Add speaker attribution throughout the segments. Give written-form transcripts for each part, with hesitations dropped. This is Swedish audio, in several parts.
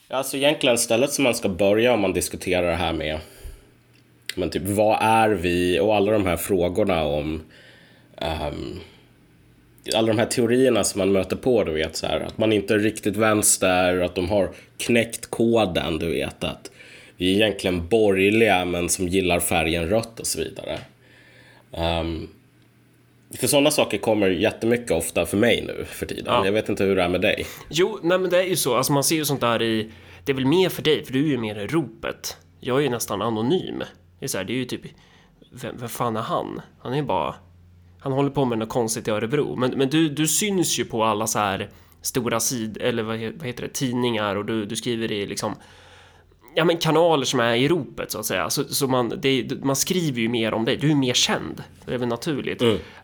Speaker 1: Alltså egentligen stället som man ska börja om man diskuterar det här med, men typ vad är vi och alla de här frågorna om alla de här teorierna som man möter på, du vet, så här, att man inte är riktigt vänster, att de har knäckt koden, du vet, att vi är egentligen borgerliga men som gillar färgen rött och så vidare. För sådana saker kommer jättemycket ofta för mig nu för tiden. Ja. Jag vet inte hur det är med dig.
Speaker 2: Jo, nej men det är ju så. Alltså man ser ju sånt där i... Det är väl mer för dig, för du är ju mer i ropet. Jag är ju nästan anonym. Det är så här, det är ju typ... Vem fan är han? Han är ju bara... Han håller på med något konstigt i Örebro. Men du syns ju på alla så här stora eller vad heter det, tidningar, och du skriver i liksom... Ja, men kanaler som är i ropet så att säga. Så man skriver ju mer om dig. Du är mer känd. Det är väl naturligt.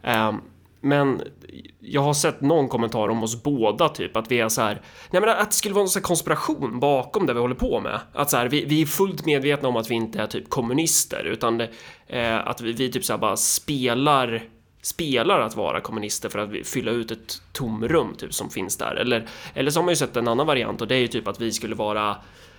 Speaker 2: Men jag har sett någon kommentar om oss båda typ att vi är så här, nej men att det skulle vara en sån här konspiration bakom det vi håller på med. Att så här, vi är fullt medvetna om att vi inte är typ kommunister, utan att vi typ så här bara spelar att vara kommunister för att fylla ut ett tomrum typ som finns där. Eller så har man ju sett en annan variant, och det är ju typ att vi skulle vara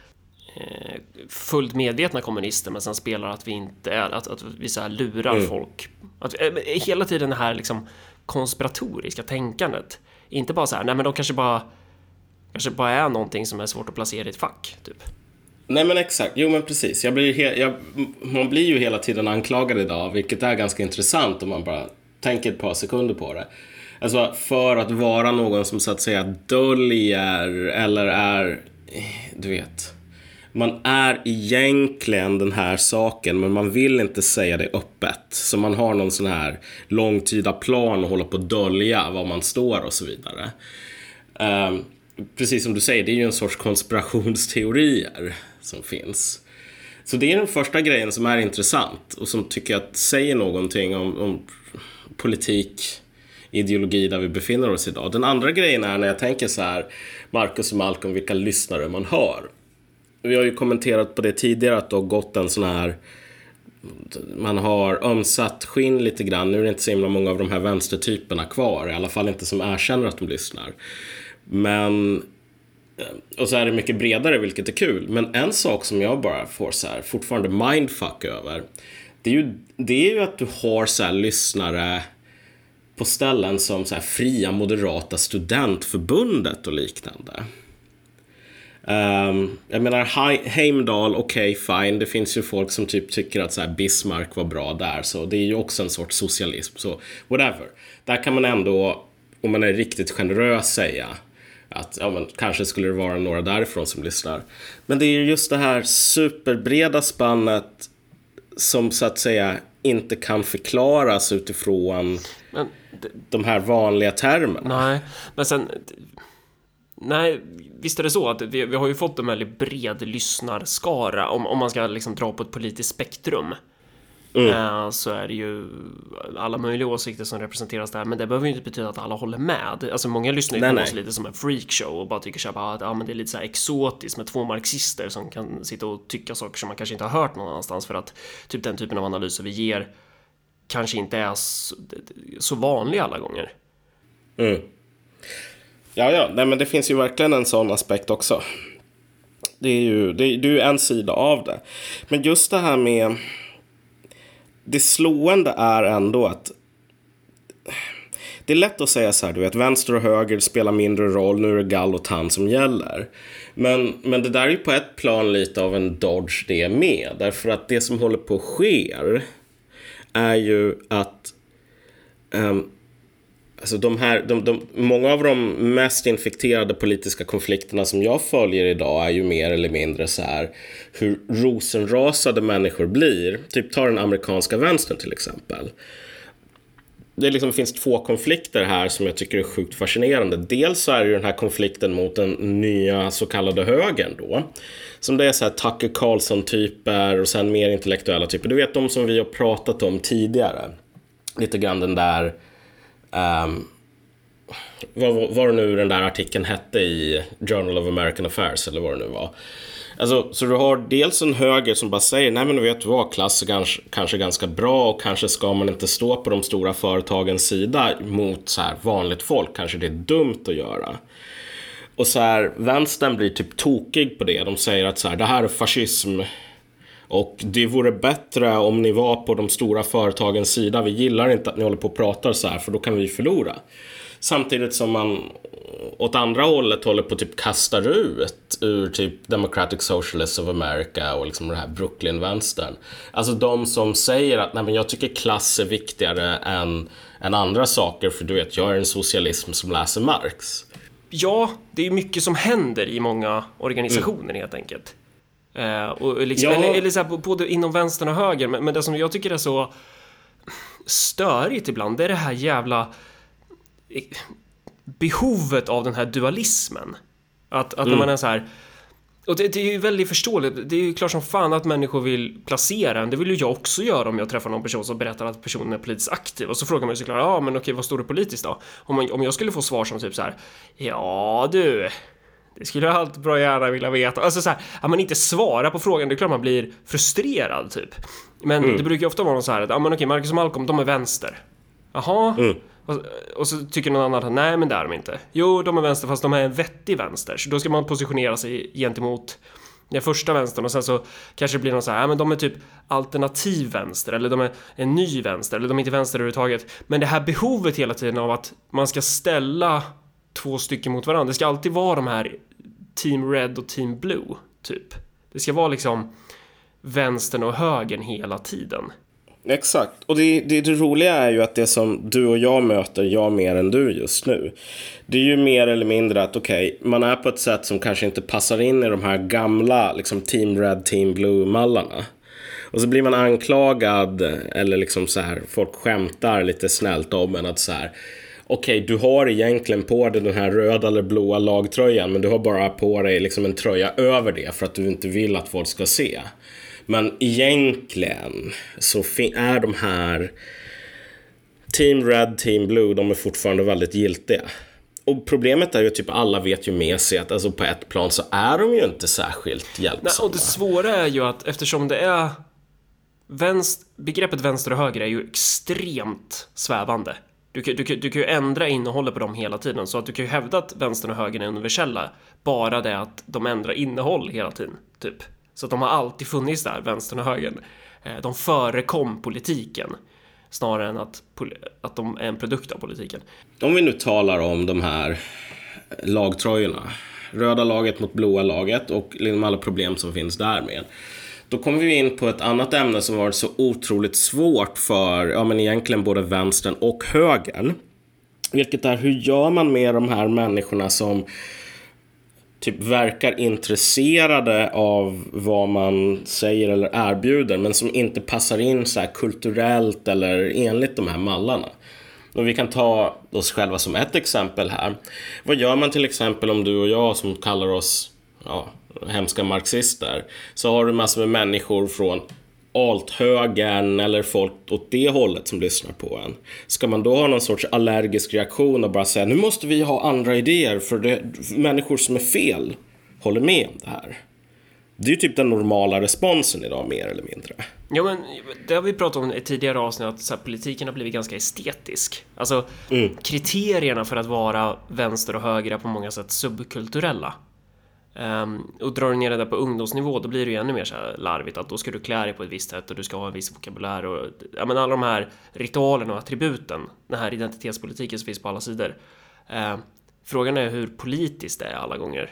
Speaker 2: fullt medvetna kommunister, men sen spelar att vi inte är, att vi så här lurar folk, att hela tiden det här liksom konspiratoriska tänkandet, inte bara så här, nej men de kanske bara är någonting som är svårt att placera i ett fack typ.
Speaker 1: Nej men exakt, jo men precis, man blir ju hela tiden anklagad idag, vilket är ganska intressant om man bara tänker ett par sekunder på det. Alltså för att vara någon som så att säga döljer eller är, du vet, man är egentligen den här saken, men man vill inte säga det öppet. Så man har någon sån här långtida plan och håller på att dölja var man står och så vidare. Precis som du säger, det är ju en sorts konspirationsteorier som finns. Så det är den första grejen som är intressant och som tycker att säger någonting om politik, ideologi där vi befinner oss idag. Den andra grejen är när jag tänker så här, Marcus och Malcolm, vilka lyssnare man hör. Vi har ju kommenterat på det tidigare att det har gått en sån här, man har ömsatt skinn lite grann. Nu är det inte så himla många av de här vänstertyperna kvar, i alla fall inte som erkänner att de lyssnar. Men, och så är det mycket bredare, vilket är kul. Men en sak som jag bara får så här fortfarande mindfuck över, det är ju att du har så här lyssnare på ställen som så här Fria Moderata Studentförbundet och liknande. Jag menar Heimdall, okej, fine. Det finns ju folk som typ tycker att så här Bismarck var bra där, så det är ju också en sorts socialism, så whatever. Där kan man ändå, om man är riktigt generös, säga att ja, men kanske skulle det vara några därifrån som lyssnar. Men det är ju just det här superbreda spannet som så att säga inte kan förklaras utifrån de här vanliga termerna.
Speaker 2: Nej, men sen... Nej, visst är det så att vi har ju fått en väldigt bred lyssnarskara, om man ska liksom dra på ett politiskt spektrum. Så är det ju alla möjliga åsikter som representeras där, men det behöver ju inte betyda att alla håller med. Alltså många lyssnar ju på oss lite som en freakshow och bara tycker så här, att ja, men det är lite så här exotiskt med två marxister som kan sitta och tycka saker som man kanske inte har hört någon annanstans, för att typ den typen av analyser vi ger kanske inte är så vanlig alla gånger.
Speaker 1: Ja, nej, men det finns ju verkligen en sån aspekt också. Det är ju en sida av det. Men just det här med, det slående är ändå att det är lätt att säga så här, du vet, vänster och höger spelar mindre roll, nu är det gall och tand som gäller. Men det där är ju på ett plan lite av en dodge det med, därför att det som håller på att ske är ju att alltså många av de mest infekterade politiska konflikterna som jag följer idag är ju mer eller mindre så här hur rosenrasade människor blir. Typ ta den amerikanska vänstern till exempel. Det liksom finns två konflikter här som jag tycker är sjukt fascinerande. Dels så är det ju den här konflikten mot den nya så kallade högern då. Som det är så här Tucker Carlson-typer och sen mer intellektuella typer. Du vet de som vi har pratat om tidigare. Lite grann den där... vad det nu den där artikeln hette i Journal of American Affairs eller vad det nu var. Alltså, så du har dels en höger som bara säger nej men vet du vad, klass är kanske ganska bra och kanske ska man inte stå på de stora företagens sida mot så här vanligt folk, kanske det är dumt att göra. Och så här, vänstern blir typ tokig på det. De säger att så här, det här är fascism. Och det vore bättre om ni var på de stora företagens sida. Vi gillar inte att ni håller på och pratar så här, för då kan vi förlora. Samtidigt som man åt andra hållet håller på att typ kastar ut ur typ Democratic Socialists of America och liksom det här Brooklyn-vänstern. Alltså de som säger att nej, men jag tycker klass är viktigare än andra saker, för du vet, jag är en socialism som läser Marx.
Speaker 2: Ja, det är mycket som händer i många organisationer helt enkelt. Och liksom, eller så här, både inom vänstern och höger, men det som jag tycker är så störigt ibland, det är det här jävla behovet av den här dualismen. Att när man är så här, och det är ju väldigt förståeligt. Det är ju klart som fan att människor vill placera en. Det vill ju jag också göra om jag träffar någon person som berättar att personen är politiskt aktiv. Och så frågar man ju såklart, ja men okej, vad står det politiskt då? Om jag skulle få svar som typ så här, ja du, det skulle jag allt bra gärna vilja veta. Alltså så här, att man inte svarar på frågan, det är klart man blir frustrerad typ. Men det brukar ju ofta vara så här att, ja men okej, Marcus och Malcolm, de är vänster. Jaha. Och så tycker någon annan att nej, men det är de inte. Jo, de är vänster, fast de är en vettig vänster. Så då ska man positionera sig gentemot den första vänstern. Och sen så kanske det blir någon så här, ja men de är typ alternativ vänster, eller de är en ny vänster, eller de är inte vänster överhuvudtaget. Men det här behovet hela tiden av att man ska ställa två stycken mot varandra. Det ska alltid vara de här Team Red och Team Blue typ. Det ska vara liksom vänstern och högern hela tiden.
Speaker 1: Exakt, och det roliga är ju att det som du och jag möter, jag mer än du just nu, det är ju mer eller mindre att okej, man är på ett sätt som kanske inte passar in i de här gamla liksom Team Red, Team Blue-mallarna. Och så blir man anklagad, eller liksom så här, folk skämtar lite snällt om en att så här, okej, du har egentligen på dig den här röda eller blåa lagtröjan, men du har bara på dig liksom en tröja över det för att du inte vill att folk ska se. Men egentligen så är de här Team Red, Team Blue, de är fortfarande väldigt giltiga. Och problemet är ju typ alla vet ju med sig att alltså på ett plan så är de ju inte särskilt hjälpsamma.
Speaker 2: Nej, och det svåra är ju att eftersom det är begreppet vänster och höger är ju extremt svävande. Du kan ju ändra innehållet på dem hela tiden, så att du kan ju hävda att vänstern och högern är universella, bara det att de ändrar innehåll hela tiden typ. Så att de har alltid funnits där, vänstern och högern. De förekom politiken snarare än att de är en produkt av politiken.
Speaker 1: Om vi nu talar om de här lagtröjorna, röda laget mot blåa laget och liksom alla problem som finns därmed, då kommer vi in på ett annat ämne som varit så otroligt svårt för, ja men egentligen både vänstern och högern. Vilket är, hur gör man med de här människorna som typ verkar intresserade av vad man säger eller erbjuder, men som inte passar in så här kulturellt eller enligt de här mallarna. Och vi kan ta oss själva som ett exempel här. Vad gör man till exempel om du och jag som kallar oss hemska marxister, så har du massor med människor från althögern eller folk åt det hållet som lyssnar på en. Ska man då ha någon sorts allergisk reaktion och bara säga, nu måste vi ha andra idéer för det, människor som är fel håller med om det här? Det är ju typ den normala responsen idag, mer eller mindre.
Speaker 2: Ja, men det har vi pratat om i tidigare avsnitt, att så här, politiken har blivit ganska estetisk. Alltså, kriterierna för att vara vänster och höger är på många sätt subkulturella. Och drar du ner det där på ungdomsnivå, då blir det ju ännu mer så här larvigt, att då ska du klä dig på ett visst sätt och du ska ha en viss vokabulär och ja, men alla de här ritualerna och attributen, den här identitetspolitiken som finns på alla sidor. Frågan är hur politiskt det är alla gånger.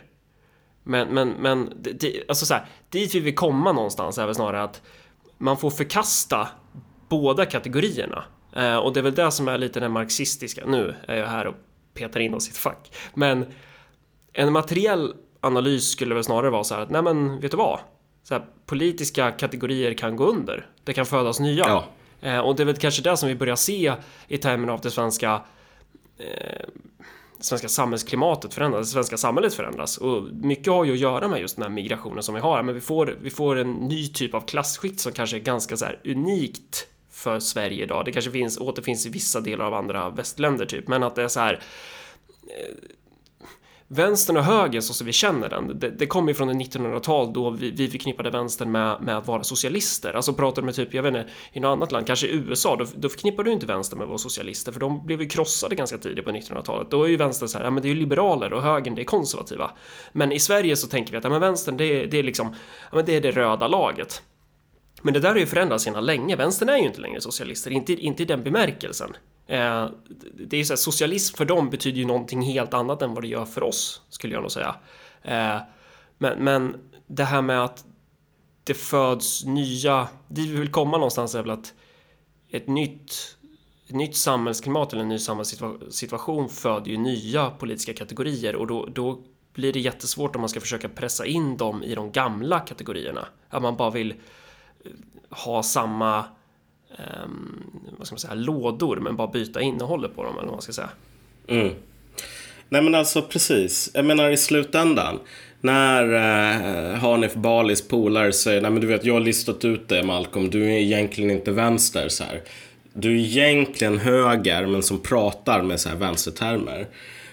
Speaker 2: Men alltså så här, dit vill vi komma någonstans är väl snarare att man får förkasta båda kategorierna. Och det är väl det som är lite den marxistiska. Nu är jag här och petar in oss i ett fack. Men en materiell analys skulle väl snarare vara så här att, nej men vet du vad? Så här, politiska kategorier kan gå under. Det kan födas nya. Ja. Och det är väl kanske det som vi börjar se i termerna av det svenska samhällsklimatet förändras, det svenska samhället förändras. Och mycket har ju att göra med just den här migrationen som vi har. Men vi får en ny typ av klassskikt som kanske är ganska så här unikt för Sverige idag. Det kanske återfinns i vissa delar av andra västländer typ. Men att det är så här vänstern och högern så som vi känner den, det kommer ju från 1900-tal då vi förknippade vänstern med att vara socialister. Alltså pratar med typ, jag vet inte, i något annat land, kanske i USA, då förknippar du inte vänstern med att vara socialister, för de blev ju krossade ganska tidigt på 1900-talet. Då är ju vänstern så här, ja men det är ju liberaler och högern det är konservativa. Men i Sverige så tänker vi att ja, men vänstern det är liksom, ja men det är det röda laget. Men det där har ju förändrats sedan länge. Vänstern är ju inte längre socialister, inte i den bemärkelsen. Det är ju så här, socialism för dem betyder ju någonting helt annat än vad det gör för oss, skulle jag nog säga. Men det här med att det föds nya, dit vi vill komma någonstans är väl att ett nytt samhällsklimat eller en ny samhällssituation föder ju nya politiska kategorier, och då blir det jättesvårt om man ska försöka pressa in dem i de gamla kategorierna. Att man bara vill ha samma vad ska man säga, lådor, men bara byta innehållet på dem, eller vad man ska säga.
Speaker 1: Nej men alltså precis, jag menar i slutändan när Hanif Balis polare säger, nej men du vet, jag har listat ut det Malcolm, du är egentligen inte vänster så här. Du är egentligen höger men som pratar med så här vänstertermer.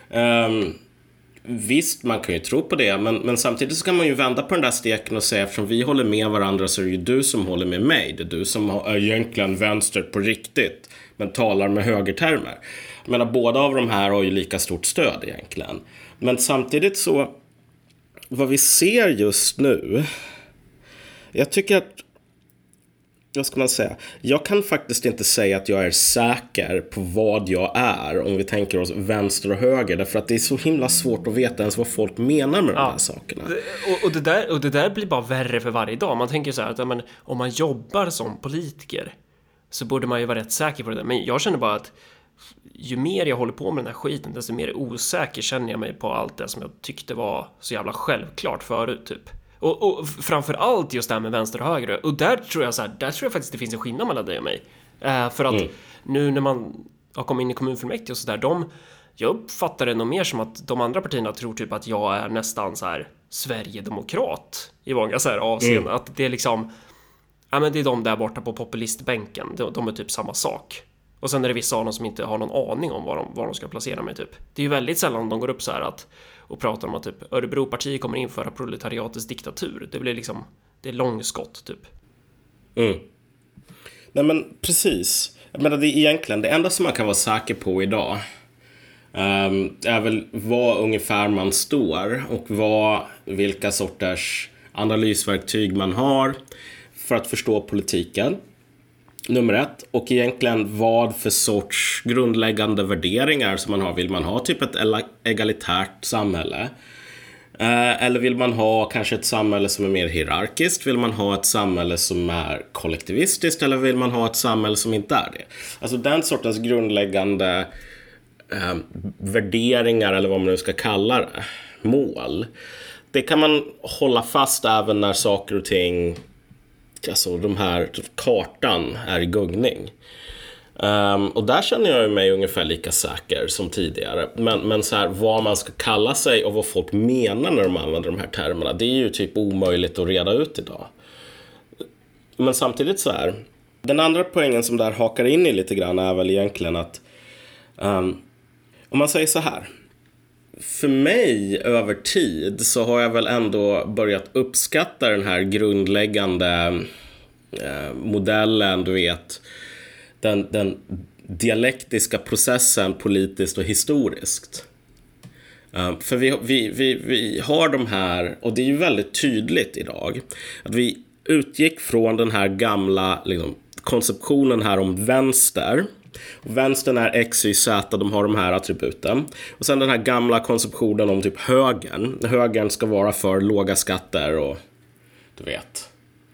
Speaker 1: Visst, man kan ju tro på det, men samtidigt så kan man ju vända på den där steken och säga, eftersom vi håller med varandra så är det ju du som håller med mig. Det är du som är egentligen vänster på riktigt, men talar med högertermer. Jag menar, båda av de här har ju lika stort stöd egentligen. Men samtidigt så, vad vi ser just nu, jag tycker att, vad ska man säga? Jag kan faktiskt inte säga att jag är säker på vad jag är om vi tänker oss vänster och höger, därför att det är så himla svårt att veta ens vad folk menar med de här sakerna.
Speaker 2: Och det där blir bara värre för varje dag. Man tänker så här att men, om man jobbar som politiker så borde man ju vara rätt säker på det där. Men jag känner bara att ju mer jag håller på med den här skiten, desto mer osäker känner jag mig på allt det som jag tyckte var så jävla självklart förut typ. Och framförallt just det här med vänster och höger. Och där tror jag faktiskt det finns en skillnad mellan dig och mig. För att nu när man har kommit in i kommunfullmäktige och sådär, jag uppfattar det nog mer som att de andra partierna tror typ att jag är nästan så här Sverigedemokrat i många så här avseenden. Att det är liksom, ja men det är de där borta på populistbänken. De är typ samma sak. Och sen är det vissa av dem som inte har någon aning om var de ska placera mig typ. Det är ju väldigt sällan de går upp så här och pratar om att typ Örebropartiet kommer införa proletariatets diktatur. Det blir liksom, det är långskott typ.
Speaker 1: Nej men precis. Jag menar, det är egentligen det enda som man kan vara säker på idag är väl vad ungefär man står och vilka sorters analysverktyg man har för att förstå politiken. Nummer 1. Och egentligen vad för sorts grundläggande värderingar som man har. Vill man ha typ ett egalitärt samhälle? Eller vill man ha kanske ett samhälle som är mer hierarkiskt? Vill man ha ett samhälle som är kollektivistiskt? Eller vill man ha ett samhälle som inte är det? Alltså den sortens grundläggande värderingar, eller vad man nu ska kalla det, mål. Det kan man hålla fast även när saker och ting, alltså de här kartan är i gungning. Och där känner jag mig ungefär lika säker som tidigare. Men så här, vad man ska kalla sig och vad folk menar när de använder de här termerna, det är ju typ omöjligt att reda ut idag. Men samtidigt så här, den andra poängen som där hakar in i lite grann är väl egentligen att om man säger så här, för mig över tid så har jag väl ändå börjat uppskatta den här grundläggande modellen, du vet, den dialektiska processen politiskt och historiskt. För vi har de här, och det är ju väldigt tydligt idag, att vi utgick från den här gamla liksom, konceptionen här om vänster. Och vänstern är X, Y, Z, de har de här attributen. Och sen den här gamla konceptionen om typ högern. Högern ska vara för låga skatter och du vet,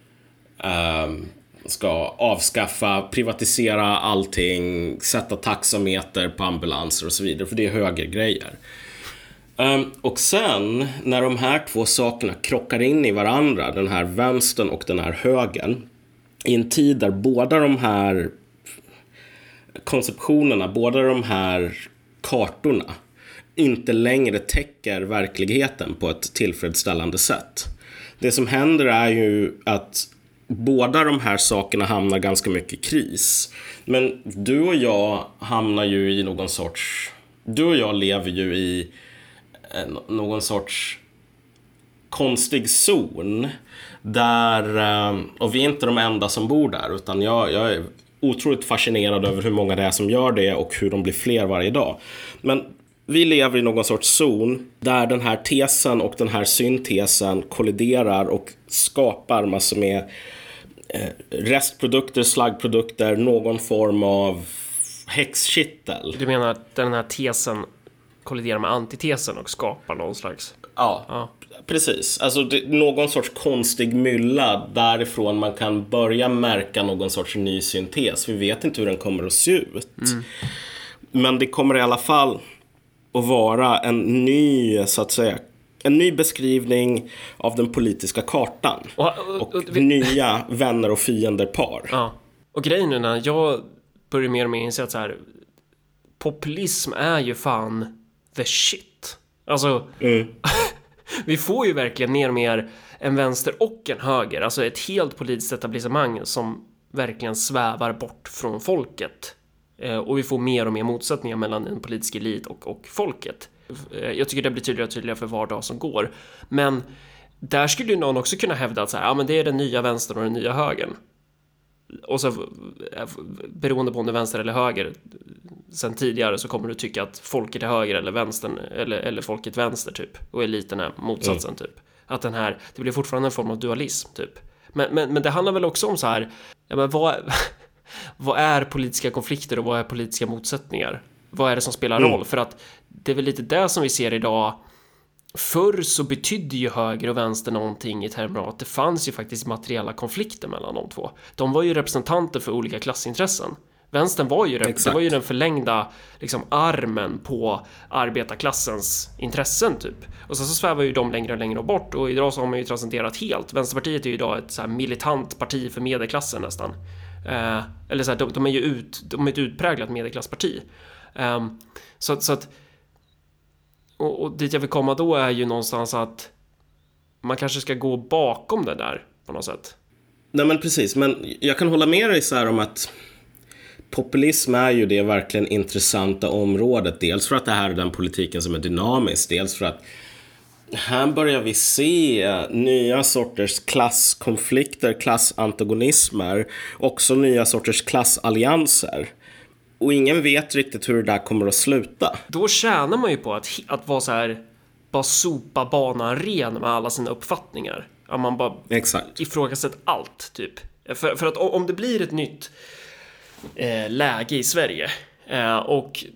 Speaker 1: ska avskaffa, privatisera allting, sätta taxameter på ambulanser och så vidare, för det är högergrejer. Och sen när de här två sakerna krockar in i varandra, den här vänstern och den här högern, i en tid där båda de här konceptionerna, båda de här kartorna inte längre täcker verkligheten på ett tillfredsställande sätt. Det som händer är ju att båda de här sakerna hamnar ganska mycket i kris. Men du och jag hamnar ju i någon sorts, du och jag lever ju i någon sorts konstig zon där, och vi är inte de enda som bor där, utan jag är otroligt fascinerad över hur många det är som gör det och hur de blir fler varje dag. Men vi lever i någon sorts zon där den här tesen och den här syntesen kolliderar och skapar massor med restprodukter, slaggprodukter, någon form av häxkittel.
Speaker 2: Du menar att den här tesen kolliderar med antitesen och skapar någon slags...
Speaker 1: Ja. Precis, alltså någon sorts konstig mylla därifrån man kan börja märka någon sorts ny syntes. Vi vet inte hur den kommer att se ut. Men det kommer i alla fall att vara en ny, så att säga, en ny beskrivning av den politiska kartan. Och nya vänner och fiender par.
Speaker 2: Ja. Och grejen nu när jag börjar mer och mer inse att så här, populism är ju fan the shit. Alltså... Vi får ju verkligen mer och mer en vänster och en höger. Alltså ett helt politiskt etablissemang som verkligen svävar bort från folket. Och vi får mer och mer motsättningar mellan en politisk elit och folket. Jag tycker det blir tydligare och tydligare för var dag som går. Men där skulle ju någon också kunna hävda att så här, ja, men det är den nya vänstern och den nya högern. Och så beroende på om det är vänster eller höger sen tidigare så kommer du tycka att folket är höger eller vänstern eller folket vänster typ och eliten är motsatsen typ. Att den här, det blir fortfarande en form av dualism typ. Men det handlar väl också om så här, ja, men vad är politiska konflikter och vad är politiska motsättningar? Vad är det som spelar roll? För att det är väl lite det som vi ser idag. Förr så betydde ju höger och vänster någonting i termer av att det fanns ju faktiskt materiella konflikter mellan de två. De var ju representanter för olika klassintressen. Vänstern var ju, det var ju den förlängda liksom, armen på arbetarklassens intressen typ. Och sen så svävar ju de längre och längre bort och idag så har man ju transcenderat helt. Vänsterpartiet är ju idag ett så här militant parti för medelklassen nästan. Eller så här, de är ju ett utpräglat medelklassparti. Så att och dit jag vill komma då är ju någonstans att man kanske ska gå bakom det där på något sätt.
Speaker 1: Nej men precis, men jag kan hålla med dig så här om att populism är ju det verkligen intressanta området. Dels för att det här är den politiken som är dynamisk, dels för att här börjar vi se nya sorters klasskonflikter, klassantagonismer, också nya sorters klassallianser. Och ingen vet riktigt hur det där kommer att sluta.
Speaker 2: Då tjänar man ju på att vara så här, bara sopa banan ren med alla sina uppfattningar. Att man bara ifrågasätter allt typ. För att om det blir ett nytt läge i Sverige och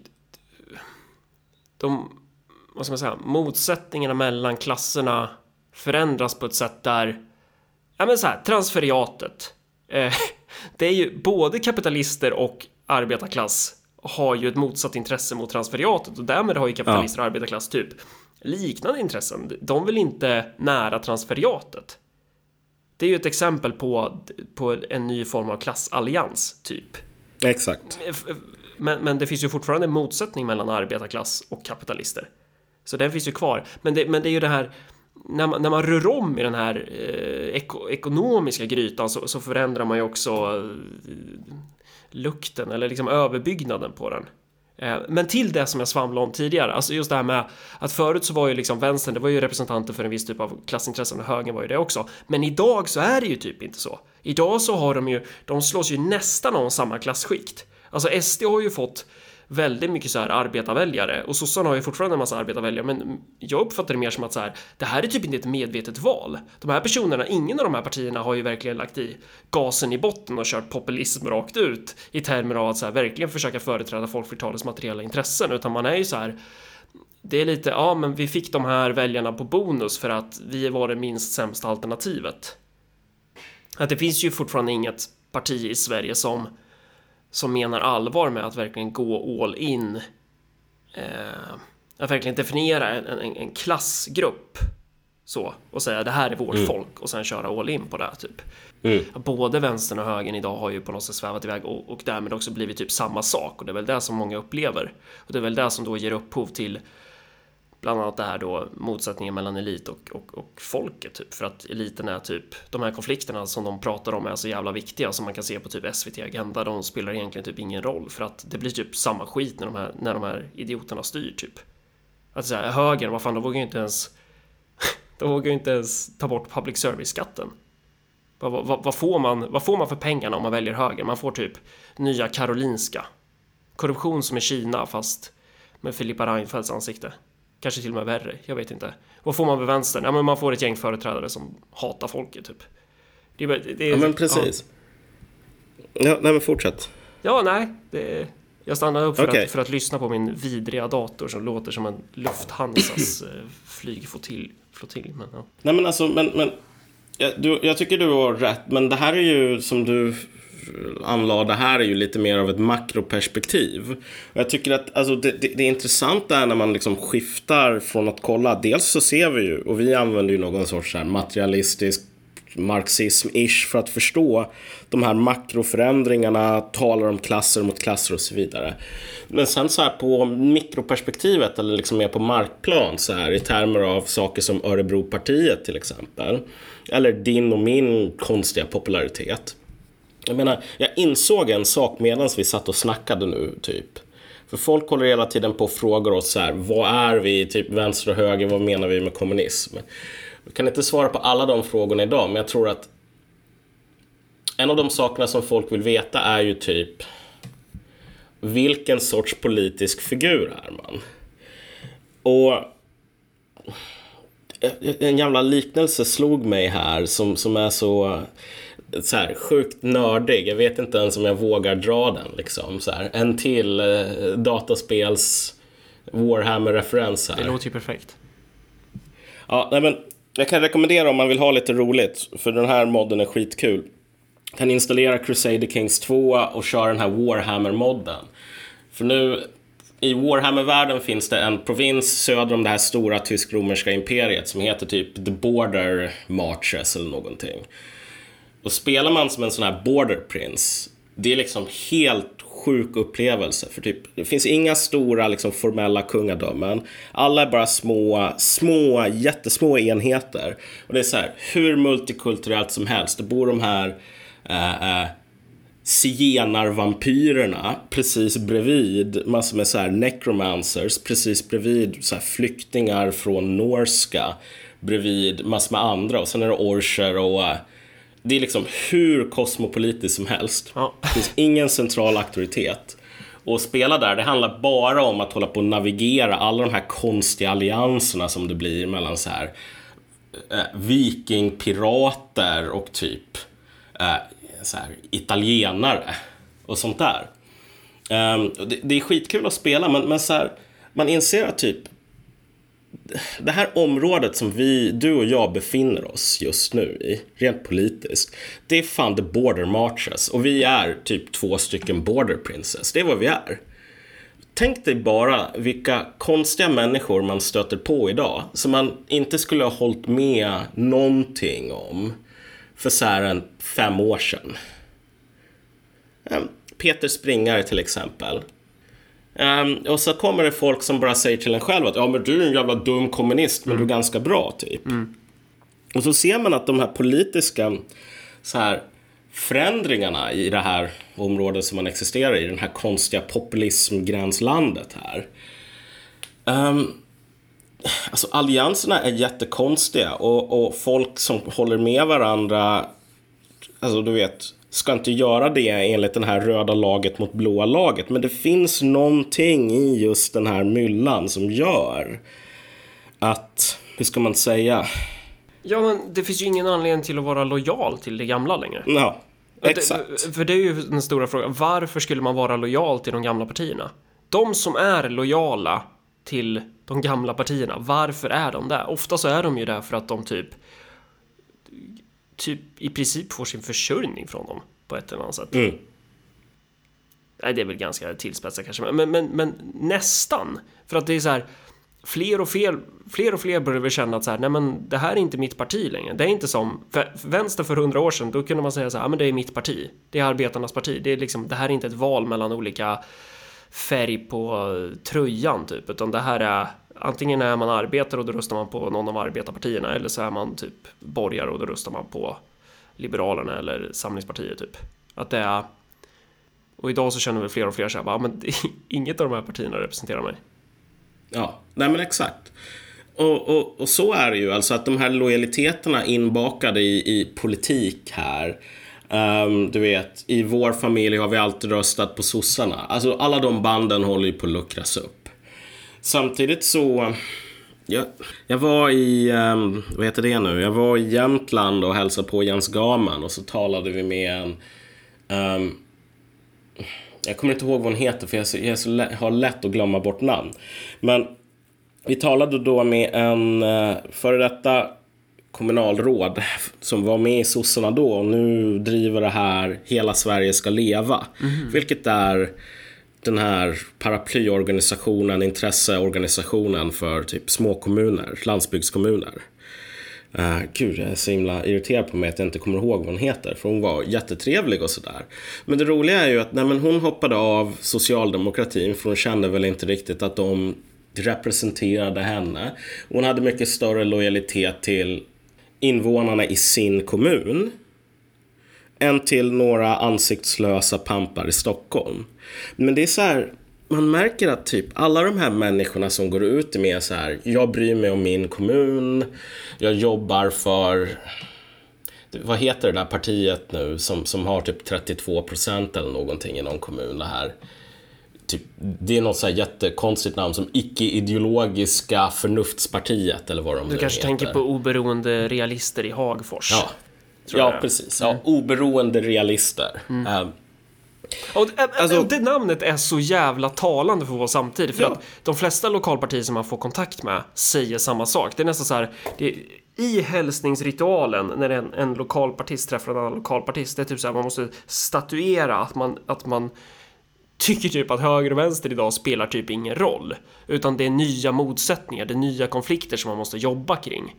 Speaker 2: vad ska man säga, motsättningarna mellan klasserna förändras på ett sätt där, ja men så här, transferiatet. Det är ju både kapitalister och arbetarklass har ju ett motsatt intresse mot transferiatet och därmed har ju kapitalister och arbetarklass typ liknande intressen. De vill inte nära transferiatet. Det är ju ett exempel på en ny form av klassallians typ.
Speaker 1: Exakt.
Speaker 2: Men det finns ju fortfarande en motsättning mellan arbetarklass och kapitalister. Så den finns ju kvar. Men det är ju det här, när man rör om i den här ekonomiska grytan så förändrar man ju också lukten eller liksom överbyggnaden på den. Men till det som jag svamlade om tidigare, alltså just det här med att förut så var ju liksom vänstern, det var ju representanter för en viss typ av klassintressen och högern var ju det också. Men idag så är det ju typ inte så. Idag så har de slås ju nästan om samma klassskikt. Alltså SD har ju fått väldigt mycket så här arbetarväljare och sossarna har ju fortfarande en massa arbetarväljare, men jag uppfattar det mer som att så här, det här är typ inte ett medvetet val. De här personerna, ingen av de här partierna har ju verkligen lagt i gasen i botten och kört populism rakt ut i termer av att så här, verkligen försöka företräda folkflertalets materiella intressen, utan man är ju så här, det är lite, ja men vi fick de här väljarna på bonus för att vi var det minst sämsta alternativet. Att det finns ju fortfarande inget parti i Sverige som menar allvar med att verkligen gå all in, att verkligen definiera en klassgrupp så, och säga det här är vårt folk och sen köra all in på det här, typ. Både vänstern och högern idag har ju på något sätt svävat iväg och därmed också blivit typ samma sak, och det är väl det som många upplever, och det är väl det som då ger upphov till bland annat det här då motsättningen mellan elit och folket typ, för att eliten är typ, de här konflikterna som de pratar om är så jävla viktiga som man kan se på typ SVT Agenda, de spelar egentligen typ ingen roll för att det blir typ samma skit när de här idioterna styr typ. Att så här, högern, vad fan, de vågar ju inte ens ta bort public service-skatten. Vad får man för pengarna om man väljer höger? Man får typ Nya Karolinska. Korruption som i Kina, fast med Filippa Reinfeldts ansikte. Kanske till och med värre, jag vet inte. Vad får man med vänstern? Ja, men man får ett gäng företrädare som hatar folket typ.
Speaker 1: Ja, men precis. Ja, nej, men fortsätt.
Speaker 2: Ja, nej. Jag stannar upp för att lyssna på min vidriga dator som låter som en Lufthansas flygflottilj. Men, ja.
Speaker 1: Nej, men alltså, jag tycker du har rätt, men det här är ju, som du anlade här, är ju lite mer av ett makroperspektiv. Och jag tycker att alltså, det intressanta är när man liksom skiftar från att kolla, dels så ser vi ju, och vi använder ju någon sorts här materialistisk marxism-ish för att förstå de här makroförändringarna, talar om klasser mot klasser och så vidare. Men sen så här på mikroperspektivet, eller liksom mer på markplan så här, i termer av saker som Örebropartiet till exempel, eller din och min konstiga popularitet. Jag menar, jag insåg en sak medan vi satt och snackade nu typ. För folk håller hela tiden på och frågar oss så här, vad är vi, typ vänster och höger, vad menar vi med kommunism? Jag kan inte svara på alla de frågorna idag, men jag tror att en av de sakerna som folk vill veta är ju typ vilken sorts politisk figur är man? Och en jävla liknelse slog mig här som är så här sjukt nördig. Jag vet inte ens om jag vågar dra den liksom så här. En till dataspels Warhammer-referens här.
Speaker 2: Det låter ju perfekt.
Speaker 1: Ja, nej, men jag kan rekommendera om man vill ha lite roligt, för den här modden är skitkul. Kan installera Crusader Kings 2 och köra den här Warhammer-modden. För nu i Warhammer-världen finns det en provins söder om det här stora tysk-romerska imperiet som heter typ The Border Marches eller någonting. Och spelar man som en sån här Border Prince, det är liksom helt sjuk upplevelse. För typ, det finns inga stora liksom formella kungadömen. Alla är bara små, jättesmå enheter. Och det är så här, hur multikulturellt som helst. Det bor de här zigenarvampyrerna precis bredvid, massor med så här necromancers precis bredvid, så här flyktingar från norska bredvid, massor med andra, och sen är det orcher och det är liksom hur kosmopolitiskt som helst.
Speaker 2: Ja.
Speaker 1: Det finns ingen central auktoritet. Och spela där, det handlar bara om att hålla på och navigera alla de här konstiga allianserna som det blir mellan så här vikingpirater och typ så här italienare och sånt där. Det är skitkul att spela, men så här, man inser att typ det här området som du och jag befinner oss just nu i, rent politiskt, det är fan the border marches, och vi är typ 2 stycken border princes. Det är vad vi är. Tänk dig bara vilka konstiga människor man stöter på idag som man inte skulle ha hållit med någonting om för så här 5 år sedan. Peter Springare till exempel. Och så kommer det folk som bara säger till en själv att ja, men du är en jävla dum kommunist, men du är ganska bra typ. Och så ser man att de här politiska så här förändringarna i det här området som man existerar i, den här konstiga populismgränslandet här. Alltså allianserna är jättekonstiga, och folk som håller med varandra, alltså du vet, ska inte göra det enligt den här röda laget mot blåa laget. Men det finns någonting i just den här myllan som gör att, hur ska man säga?
Speaker 2: Ja, men det finns ju ingen anledning till att vara lojal till det gamla längre.
Speaker 1: Ja, exakt.
Speaker 2: För det är ju den stora frågan. Varför skulle man vara lojal till de gamla partierna? De som är lojala till de gamla partierna, varför är de där? Ofta så är de ju där för att de typ i princip får sin försörjning från dem på ett eller annat sätt. Nej, det är väl ganska tillspetsat kanske, men nästan. För att det är så här, fler och fler börjar väl känna att så här, nej men det här är inte mitt parti längre. Det är inte som vänster för 100 år sedan, då kunde man säga så här, men det är mitt parti. Det är arbetarnas parti. Det är liksom, det här är inte ett val mellan olika färg på tröjan typ, utan det här är antingen är man arbetare och då röstar man på någon av arbetarpartierna, eller så är man typ borgare och då röstar man på Liberalerna eller Samlingspartiet typ. Att det är, och idag så känner vi fler och fler så här, men inget av de här partierna representerar mig.
Speaker 1: Ja, nej men exakt. Och så är det ju, alltså att de här lojaliteterna inbakade i politik här. Du vet, i vår familj har vi alltid röstat på sossarna. Alltså alla de banden håller ju på att luckras upp. Samtidigt så... Jag var i, vad heter det nu? Jag var i Jämtland och hälsade på Jens Gaman. Och så talade vi med en... jag kommer inte ihåg vad hon heter, för jag har lätt att glömma bort namn. Men vi talade då med en före detta kommunalråd som var med i sossarna då och nu driver det här Hela Sverige ska leva. Vilket är den här paraplyorganisationen, intresseorganisationen för typ små kommuner, landsbygdskommuner. Gud, jag är så himla irriterad på mig att jag inte kommer ihåg vad hon heter, för hon var jättetrevlig och sådär. Men det roliga är ju att hon hoppade av socialdemokratin, för hon kände väl inte riktigt att de representerade henne. Hon hade mycket större lojalitet till invånarna i sin kommun än till några ansiktslösa pampar i Stockholm. Men det är så här, man märker att typ alla de här människorna som går ut med så här, jag bryr mig om min kommun, jag jobbar för, vad heter det där partiet nu som har typ 32% eller någonting i någon kommun, det här. Typ, det är något så här jättekonstigt namn som icke-ideologiska förnuftspartiet eller vad de nu heter.
Speaker 2: Du kanske tänker på oberoende realister i Hagfors.
Speaker 1: Ja, precis. Ja, oberoende realister.
Speaker 2: Och det namnet är så jävla talande för vår samtid. För att de flesta lokalpartier som man får kontakt med säger samma sak. Det är nästan så här, i hälsningsritualen när en lokalpartist träffar en annan lokalpartist, det är typ så här, man måste statuera att man tycker typ att höger och vänster idag spelar typ ingen roll. Utan det är nya motsättningar, det är nya konflikter som man måste jobba kring.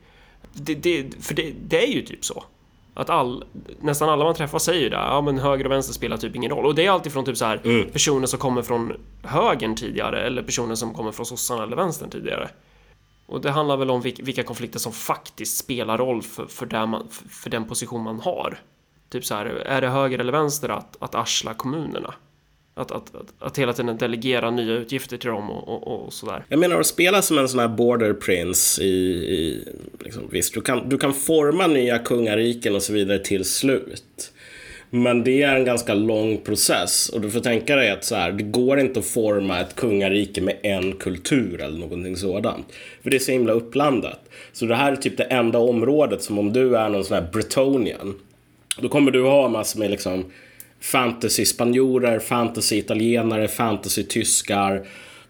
Speaker 2: För det är ju typ så. Att nästan alla man träffar säger ju det. Ja, men höger och vänster spelar typ ingen roll. Och det är alltid från typ så här personer som kommer från högern tidigare, eller personer som kommer från sossarna eller vänstern tidigare. Och det handlar väl om vilka konflikter som faktiskt spelar roll för den position man har. Typ så här, är det höger eller vänster att arsla kommunerna? Att hela tiden delegera nya utgifter till dem och sådär.
Speaker 1: Jag menar att spela som en sån här border prince i liksom, visst, du kan forma nya kungariken och så vidare till slut. Men det är en ganska lång process. Och du får tänka dig att så här, det går inte att forma ett kungarike med en kultur eller någonting sådant. För det är så himla uppblandat. Så det här är typ det enda området som, om du är någon sån här Bretonian, då kommer du ha massor med liksom fantasy-spanjorer, fantasy-italienare, fantasy-tyskar,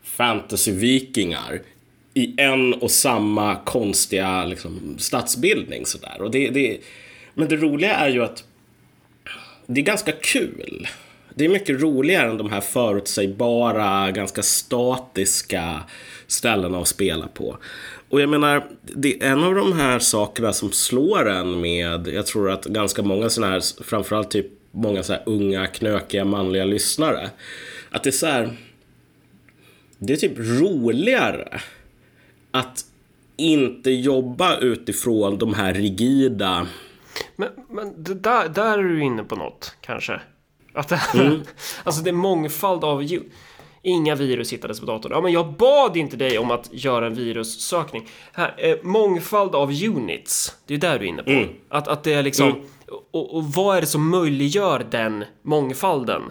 Speaker 1: fantasy-vikingar i en och samma konstiga liksom, stadsbildning sådär. Och men det roliga är ju att det är ganska kul. Det är mycket roligare än de här förutsägbara, ganska statiska ställena att spela på. Och jag menar, det är en av de här sakerna som slår en med, jag tror att ganska många sådana här, framförallt typ många så här unga, knökiga, manliga lyssnare, att det är så här, det är typ roligare att inte jobba utifrån de här rigida.
Speaker 2: Men där är du inne på något, kanske. Att alltså det är mångfald av inga virus hittades på datorn. Ja, men jag bad inte dig om att göra en virussökning. Här, mångfald av units. Det är där du är inne på. Att det är liksom och vad är det som möjliggör den mångfalden?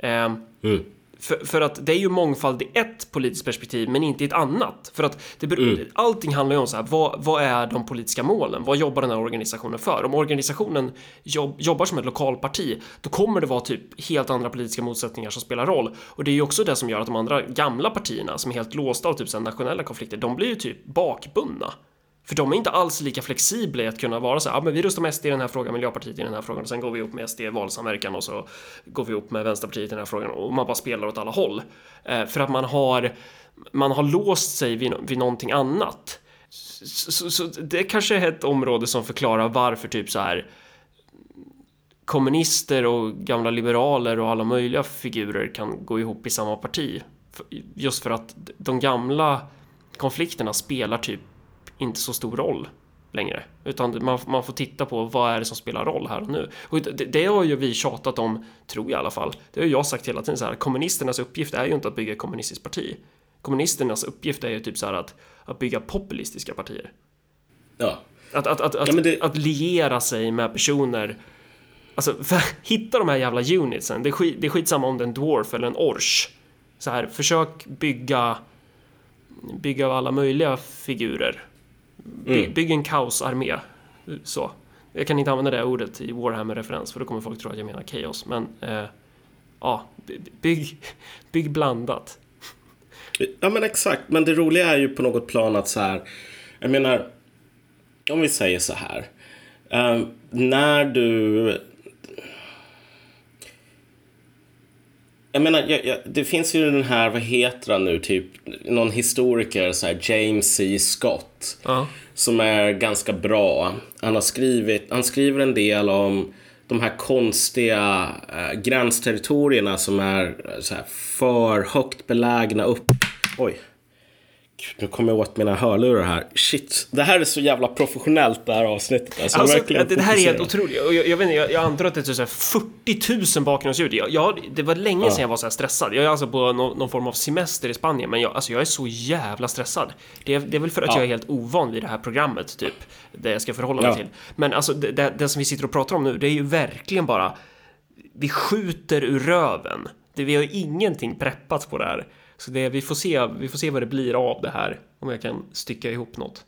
Speaker 2: För att det är ju mångfald i ett politiskt perspektiv, men inte i ett annat. För att allting handlar ju om så här, vad är de politiska målen? Vad jobbar den här organisationen för? Om organisationen jobbar som ett lokalparti, då kommer det vara typ helt andra politiska motsättningar som spelar roll. Och det är ju också det som gör att de andra gamla partierna som är helt låsta av typ så här nationella konflikter, de blir ju typ bakbundna. För de är inte alls lika flexibla i att kunna vara så här, men vi röstar med SD i den här frågan, Miljöpartiet i den här frågan, och sen går vi upp med SD i valsamverkan och så går vi upp med Vänsterpartiet i den här frågan, och man bara spelar åt alla håll. För att man har låst sig vid någonting annat. Så det kanske är ett område som förklarar varför typ så här kommunister och gamla liberaler och alla möjliga figurer kan gå ihop i samma parti. Just för att de gamla konflikterna spelar typ inte så stor roll längre, utan man får titta på vad är det som spelar roll här och nu. Och det har ju vi tjatat om, tror jag i alla fall. Det har jag sagt hela tiden så här, kommunisternas uppgift är ju inte att bygga ett kommunistiskt parti. kommunisternas uppgift är ju typ så här att bygga populistiska partier.
Speaker 1: Ja.
Speaker 2: Att liera sig med personer. Alltså, hitta de här jävla unitsen. Det är skitsamma om det är en dwarf eller en orch. Så här, försök bygga alla möjliga figurer. Bygg en kaosarmé. Så. Jag kan inte använda det ordet i Warhammer-referens, för då kommer folk tro att jag menar chaos. Men bygg blandat.
Speaker 1: Ja, men exakt. Men det roliga är ju på något plan att så här, jag menar, om vi säger så här, när du, jag menar, det finns ju den här, vad heter han nu, typ någon historiker, så här, James C. Scott, som är ganska bra. Han skriver en del om de här konstiga gränsterritorierna som är så här för högt belägna upp. Oj. Nu kommer jag åt mina hörlurar här. Shit, det här är så jävla professionellt, det här avsnittet.
Speaker 2: Alltså det här är helt otroligt. Jag vet inte, jag antar att det är så här 40 000 bakgrundsljud. Det var länge sedan jag var så här stressad. Jag är alltså på någon form av semester i Spanien, men jag är så jävla stressad. Det är väl för att jag är helt ovan vid det här programmet, typ, det jag ska förhålla mig till. Men alltså, det som vi sitter och pratar om nu, det är ju verkligen bara, vi skjuter ur röven. Vi har ju ingenting preppat på det här. Så vi får se vad det blir av det här, om jag kan stycka ihop något.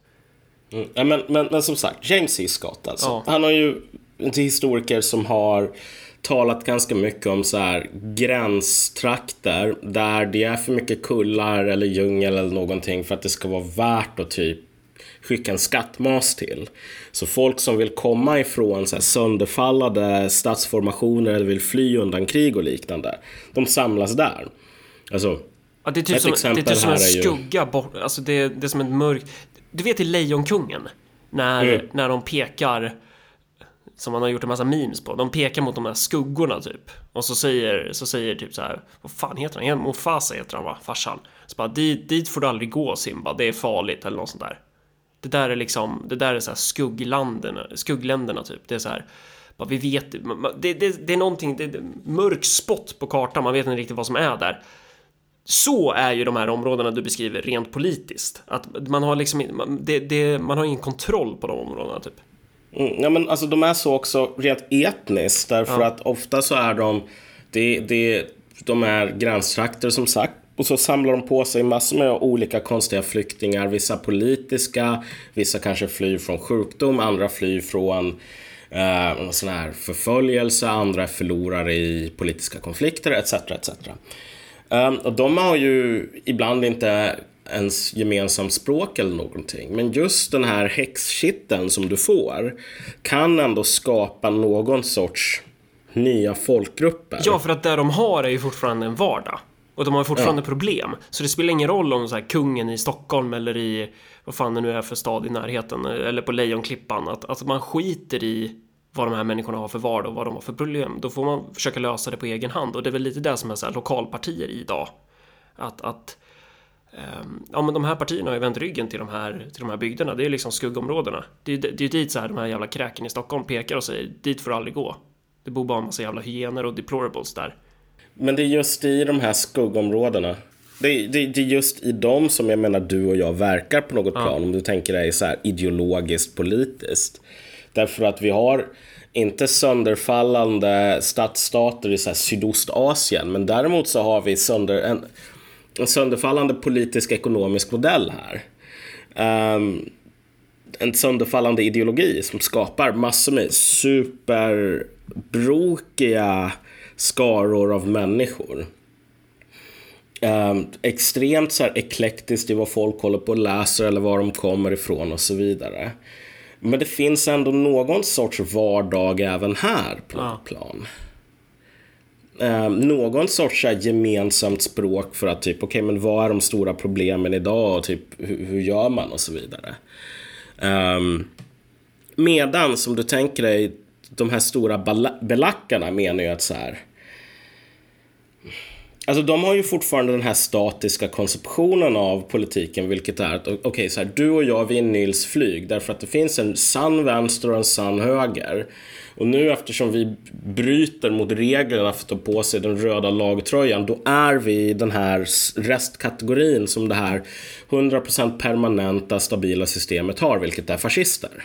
Speaker 1: Men som sagt, James C. Scott alltså. Han har ju en historiker som har talat ganska mycket om så här gränstrakter där det är för mycket kullar eller djungel eller någonting för att det ska vara värt att typ skicka en skattmas till. Så folk som vill komma ifrån så här sönderfallade stadsformationer eller vill fly undan krig och liknande, de samlas där. Alltså,
Speaker 2: ja, det är typ som en skugga bort, alltså det är som en mörk. Du vet i Lejonkungen när de pekar, som man har gjort en massa memes på, de pekar mot de här skuggorna typ, och så säger typ så här, vad fan heter han? Mufasa heter han, va? Farsan. Så bara, dit får du aldrig gå, Simba, det är farligt, eller något sånt där. Det där är så här skuggländerna typ. Det är så här, bara, vi vet det är någonting, det är mörk spott på kartan, man vet inte riktigt vad som är där. Så är ju de här områdena du beskriver rent politiskt. Att man har liksom man har ingen kontroll på de områdena typ.
Speaker 1: Ja, men alltså de är så också rent etniskt, därför att ofta så är de är gränstrakter som sagt, och så samlar de på sig massor med olika konstiga flyktingar, vissa politiska, vissa kanske flyr från sjukdom, andra flyr från sån här förföljelse, andra förlorar i politiska konflikter, etc. Och de har ju ibland inte ens gemensamt språk eller någonting. Men just den här häxkitten som du får kan ändå skapa någon sorts nya folkgrupper.
Speaker 2: Ja, för att det de har är ju fortfarande en vardag. Och de har fortfarande problem. Så det spelar ingen roll om så här, kungen i Stockholm eller i, vad fan det nu är för stad i närheten, eller på Lejonklippan, att man skiter i vad de här människorna har för vardag och vad de har för problem. Då får man försöka lösa det på egen hand. Och det är väl lite det som är så här lokalpartier idag. Men de här partierna har ju vänt ryggen till de här bygderna. Det är liksom skuggområdena. Det är ju dit så här de här jävla kräken i Stockholm pekar och säger, dit får du aldrig gå. Det bor bara en massa jävla hyener och deplorables där.
Speaker 1: Men det är just i de här skuggområdena. Det är just i dem som jag menar du och jag verkar på något plan. Om du tänker dig så här ideologiskt, politiskt. Därför att vi har inte sönderfallande stadsstater i så här Sydostasien. Men däremot så har vi en sönderfallande politisk ekonomisk modell här. En sönderfallande ideologi som skapar massor med superbrokiga skaror av människor. Extremt så här eklektiskt i vad folk håller på och läser eller var de kommer ifrån och så vidare. Men det finns ändå någon sorts vardag även här på något plan. Någon sorts gemensamt språk för att typ, okej, men vad är de stora problemen idag och typ hur gör man och så vidare. Medan som du tänker dig de här stora belackarna menar ju att så här, Alltså de har ju fortfarande den här statiska konceptionen av politiken, vilket är att okej, så här, du och jag, vi är Nils Flyg, därför att det finns en sann vänster och en sann höger. Och nu eftersom vi bryter mot reglerna för att ta på sig den röda lagtröjan, då är vi den här restkategorin som det här 100% permanenta stabila systemet har, vilket är fascister.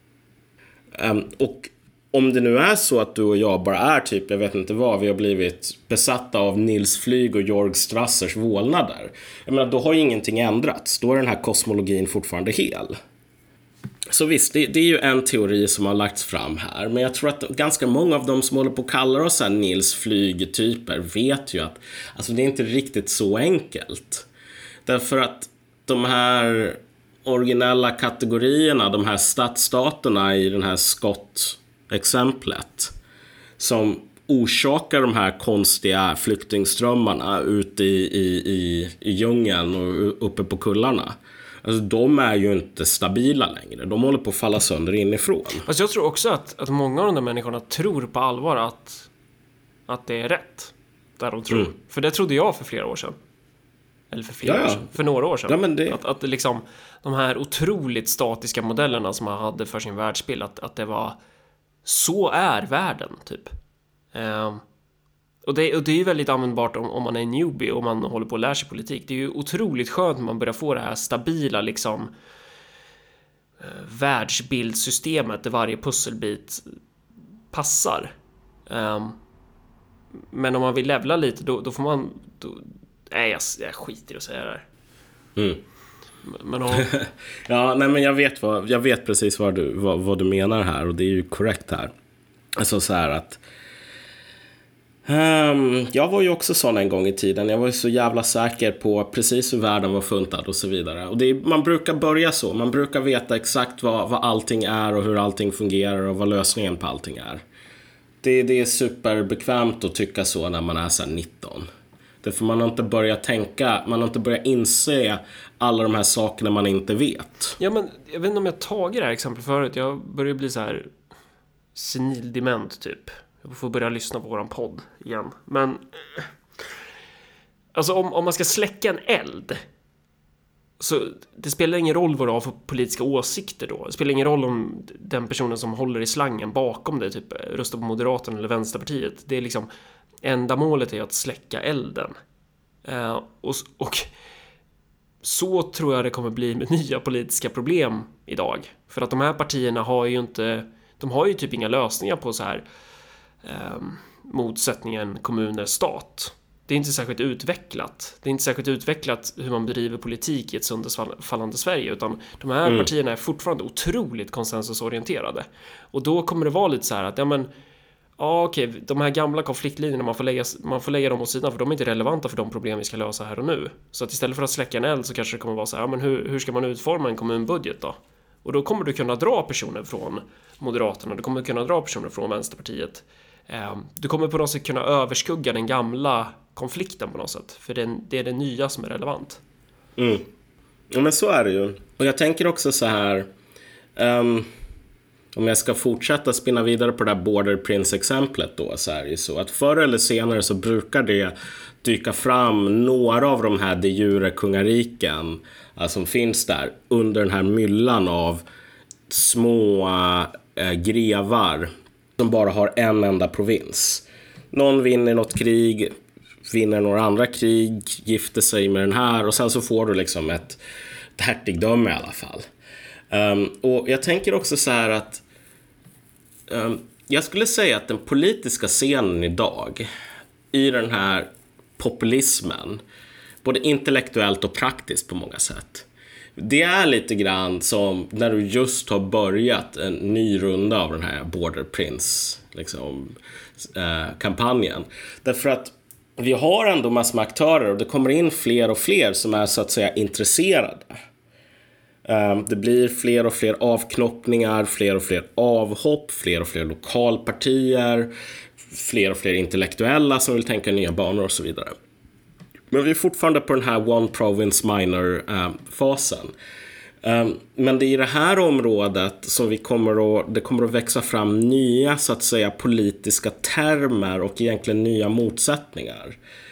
Speaker 1: Och om det nu är så att du och jag bara är typ, jag vet inte vad, vi har blivit besatta av Nils Flyg och Jörg Strassers vålnader. Jag menar, då har ju ingenting ändrats. Då är den här kosmologin fortfarande hel. Så visst, det är ju en teori som har lagts fram här. Men jag tror att ganska många av dem som håller på att kalla oss här Nils Flyg-typer vet ju att alltså, det är inte riktigt så enkelt. Därför att de här originella kategorierna, de här stadsstaterna i den här Scott-exemplet som orsakar de här konstiga flyktingströmmarna ute i djungeln och uppe på kullarna. Alltså de är ju inte stabila längre. De håller på att falla sönder inifrån.
Speaker 2: Fast jag tror också att många av de där människorna tror på allvar att det är rätt. Där de tror. För det trodde jag för flera år sedan. Eller för flera år sedan. För några år sedan.
Speaker 1: Ja, men det...
Speaker 2: att liksom de här otroligt statiska modellerna som man hade för sin världsbild, att det var så är världen typ. Och det är ju väldigt användbart om man är newbie och man håller på att lära sig politik. Det är ju otroligt skönt när man börjar få det här stabila liksom världsbildsystemet där varje pusselbit passar. Men om man vill levla lite då får man nej, jag skiter i att säga det här. Men
Speaker 1: ja, nej, men jag vet precis vad du menar här, och det är ju korrekt här. Alltså så här att jag var ju också sån en gång i tiden. Jag var ju så jävla säker på precis hur världen var funtad och så vidare. Och man brukar börja så. Man brukar veta exakt vad allting är och hur allting fungerar och vad lösningen på allting är. Det är superbekvämt att tycka så när man är så här 19. Därför man har inte börjat tänka, man har inte börjat inse alla de här sakerna man inte vet.
Speaker 2: Ja, men jag vet inte om jag tagit det här exempel förut. Jag börjar bli så här senildement typ. Jag får börja lyssna på våran podd igen. Men alltså om man ska släcka en eld, så det spelar ingen roll vad du har för politiska åsikter då. Det spelar ingen roll om den personen som håller i slangen bakom dig typ röstar på Moderaterna eller Vänsterpartiet. Det är liksom, enda målet är att släcka elden. Och så tror jag det kommer bli med nya politiska problem idag. För att de här partierna har ju inte, de har ju typ inga lösningar på så här motsättningen kommuner-stat. Det är inte särskilt utvecklat. Det är inte särskilt utvecklat hur man bedriver politik i ett sönderfallande Sverige, utan de här partierna är fortfarande otroligt konsensusorienterade. Och då kommer det vara lite så här att okej, de här gamla konfliktlinjerna man får lägga dem åt sidan, för de är inte relevanta för de problem vi ska lösa här och nu. Så att istället för att släcka en eld så kanske det kommer vara så här, men hur ska man utforma en kommunbudget då? Och då kommer du kunna dra personer från Moderaterna, du kommer kunna dra personer från Vänsterpartiet. Du kommer på något sätt kunna överskugga den gamla konflikten på något sätt. För det är det nya som är relevant.
Speaker 1: Ja, men så är det ju. Och jag tänker också så här, om jag ska fortsätta spinna vidare på det där Border Prince-exemplet då, så är det ju så att förr eller senare så brukar det dyka fram några av de här de jure kungariken som finns där under den här myllan av små grevar som bara har en enda provins. Någon vinner något krig, vinner några andra krig, gifter sig med den här, och sen så får du liksom ett hertigdöme i alla fall. Och jag tänker också så här att jag skulle säga att den politiska scenen idag i den här populismen, både intellektuellt och praktiskt på många sätt, det är lite grann som när du just har börjat en ny runda av den här Border Prince liksom, kampanjen. Därför att vi har ändå massor med aktörer och det kommer in fler och fler som är så att säga intresserade. Det blir fler och fler avknoppningar, fler och fler avhopp, fler och fler lokalpartier, fler och fler intellektuella som vill tänka nya banor och så vidare. Men vi är fortfarande på den här one province minor fasen. Men det är i det här området som det kommer att växa fram nya så att säga politiska termer och egentligen nya motsättningar.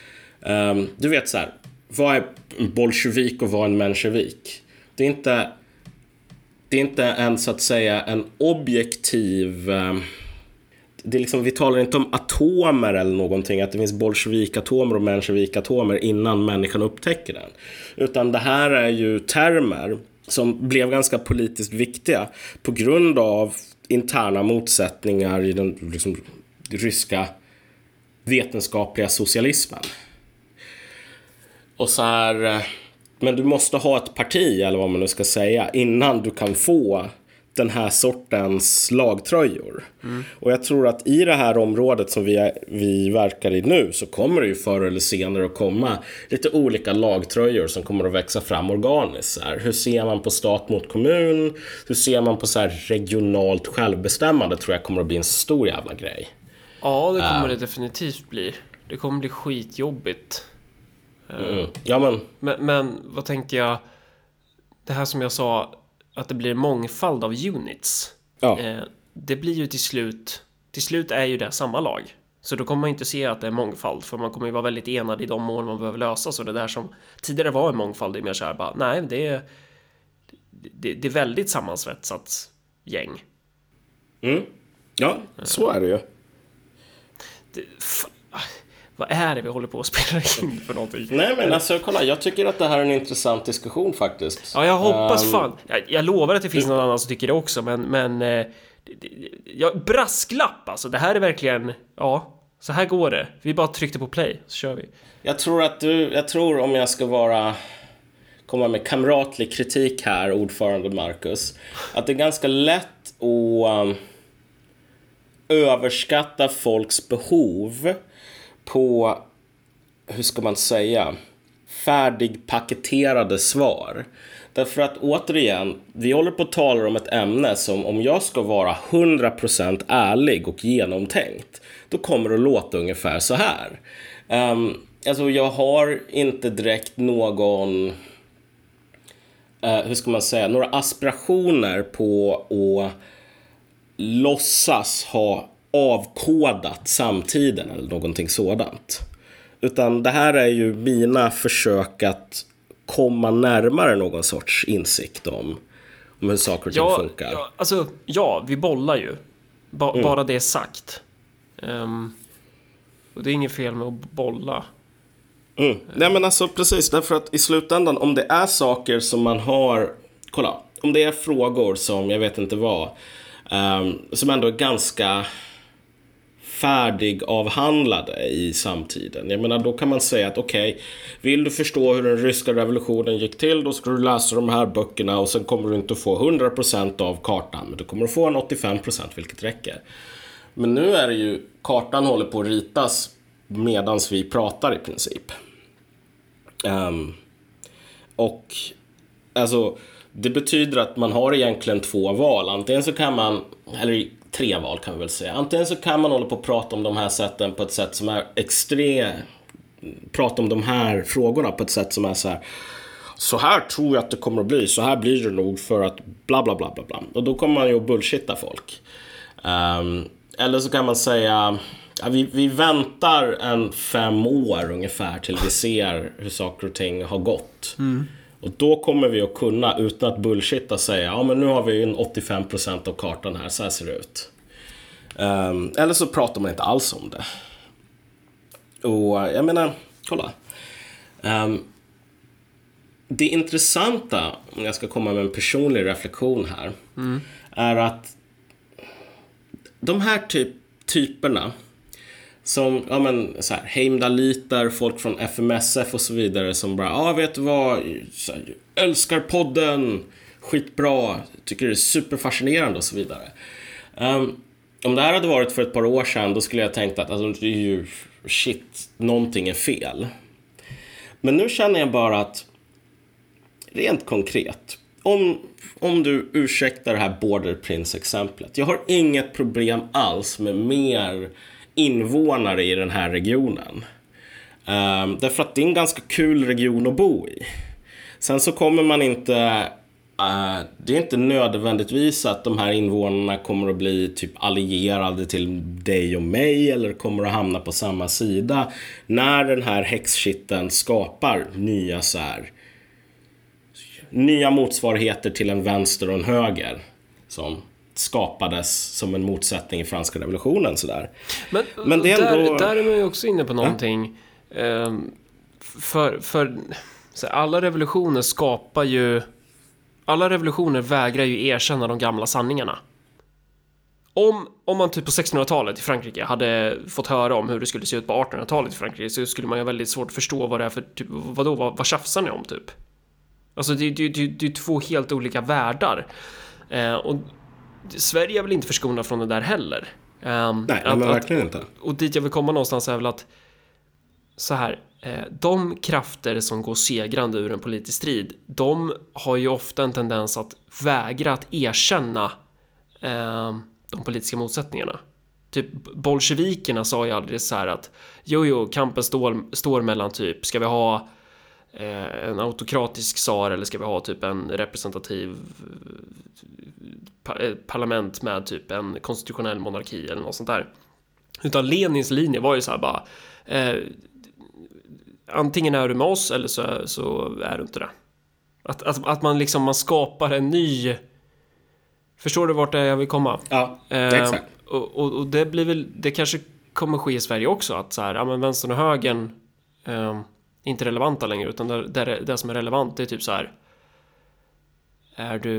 Speaker 1: Du vet så här, vad är en bolsjevik och vad är en menshevik? Det är inte en, så att säga, en objektiv... Det är liksom, vi talar inte om atomer eller någonting, att det finns bolsjevikatomer och mensjevikatomer innan människan upptäcker den. Utan det här är ju termer som blev ganska politiskt viktiga på grund av interna motsättningar i den liksom, ryska vetenskapliga socialismen. Och så här, men du måste ha ett parti, eller vad man nu ska säga, innan du kan få den här sortens lagtröjor. Och jag tror att i det här området som vi verkar i nu, så kommer det ju förr eller senare att komma lite olika lagtröjor som kommer att växa fram organiskt. Så här, hur ser man på stat mot kommun? Hur ser man på så här regionalt självbestämmande? Tror jag kommer att bli en stor jävla grej.
Speaker 2: Ja, det kommer det definitivt bli. Det kommer bli skitjobbigt.
Speaker 1: Ja,
Speaker 2: men vad tänkte jag? Det här som jag sa, att det blir mångfald av units.
Speaker 1: Ja.
Speaker 2: Det blir ju till slut är ju det samma lag. Så då kommer man inte se att det är mångfald, för man kommer ju vara väldigt enad i de mål man behöver lösa. Så det där som tidigare var en mångfald, det är mer så här bara, nej, det är väldigt sammansvetsat gäng.
Speaker 1: Ja, så är det ju.
Speaker 2: Vad är det vi håller på att spela in för någonting?
Speaker 1: Nej, men alltså, kolla, jag tycker att det här är en intressant diskussion faktiskt.
Speaker 2: Ja, jag hoppas fan. Jag lovar att det finns någon annan som tycker det också, men brasklapp alltså. Det här är verkligen, ja, så här går det. Vi bara tryckte på play, så kör vi.
Speaker 1: Jag tror om jag ska komma med kamratlig kritik här, ordförande Marcus, att det är ganska lätt att överskatta folks behov på, hur ska man säga, färdigpaketerade svar. Därför att återigen, vi håller på att tala om ett ämne som, om jag ska vara 100% ärlig och genomtänkt, då kommer det att låta ungefär så här. Alltså jag har inte direkt någon, hur ska man säga, några aspirationer på att låtsas ha avkodat samtiden eller någonting sådant. Utan det här är ju mina försök att komma närmare någon sorts insikt om hur saker och ting funkar.
Speaker 2: Ja, alltså, vi bollar ju. Bara det sagt. Och det är inget fel med att bolla.
Speaker 1: Nej, men alltså precis, därför att i slutändan, om det är saker som man har, kolla, om det är frågor som, jag vet inte vad, som ändå är ganska färdigavhandlade i samtiden. Jag menar, då kan man säga att okej, vill du förstå hur den ryska revolutionen gick till, då ska du läsa de här böckerna, och sen kommer du inte att få 100% av kartan, men du kommer att få en 85%, vilket räcker. Men nu är det ju, kartan håller på att ritas medans vi pratar i princip. Och alltså, det betyder att man har egentligen 2 val. Antingen så kan man, eller 3 val kan vi väl säga. Antingen så kan man hålla på att prata om de här sätten på ett sätt som är prata om de här frågorna på ett sätt som är så här tror jag att det kommer att bli, så här blir det nog för att bla bla bla bla bla. Och då kommer man ju att bullshitta folk. Eller så kan man säga, vi väntar 5 år ungefär till vi ser hur saker och ting har gått. Och då kommer vi att kunna, utan att bullshitta, säga, ja men nu har vi en 85% av kartan här, så här ser det ut. Eller så pratar man inte alls om det. Och jag menar, kolla. Det intressanta, om jag ska komma med en personlig reflektion här, är att de här typerna som, ja men så här, Heimdalliter, folk från FMSF och så vidare, som bara, vet du vad, så här, älskar podden, skitbra, tycker det är superfascinerande och så vidare. Om det här hade varit för ett par år sedan, då skulle jag tänkt att alltså, det är ju shit, någonting är fel. Men nu känner jag bara att, rent konkret, om du ursäktar det här Border Prince-exemplet, jag har inget problem alls med mer invånare i den här regionen. Därför att det är en ganska kul region att bo i. Sen så kommer man inte Det är inte nödvändigtvis att de här invånarna kommer att bli typ allierade till dig och mig eller kommer att hamna på samma sida när den här häxskitten skapar nya motsvarigheter till en vänster och en höger som skapades som en motsättning i franska revolutionen sådär.
Speaker 2: Men det är ändå... där är man ju också inne på någonting. För så alla revolutioner vägrar ju erkänna de gamla sanningarna. Om man typ på 1600-talet i Frankrike hade fått höra om hur det skulle se ut på 1800-talet i Frankrike, så skulle man ju väldigt svårt att förstå vad det är för typ, vad tjafsar ni om typ? Alltså det är två helt olika världar. Och Sverige är väl inte förskonat från det där heller.
Speaker 1: Nej, men verkligen inte.
Speaker 2: Och dit jag vill komma någonstans är väl att så här, de krafter som går segrande ur en politisk strid, de har ju ofta en tendens att vägra att erkänna de politiska motsättningarna. Typ bolsjevikerna sa ju aldrig så här att kampen står mellan typ, ska vi ha en autokratisk tsar eller ska vi ha typ en representativ parlament med typ en konstitutionell monarki eller något sånt där. Utan Lenins linje var ju så här bara antingen är du med oss eller så är du inte det. Att man liksom man skapar en ny... Förstår du vart jag vill komma?
Speaker 1: Ja, exakt.
Speaker 2: Och det blir väl, det kanske kommer ske i Sverige också, att så här, ja, men vänstern och högern inte relevanta längre, utan det som är relevant, det är typ så här, är du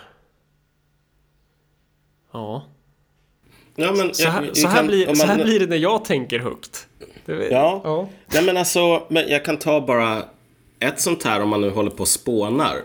Speaker 2: ja men så här blir det när jag tänker högt.
Speaker 1: Ja. Nej, men alltså, jag kan ta bara ett sånt här om man nu håller på och spånar.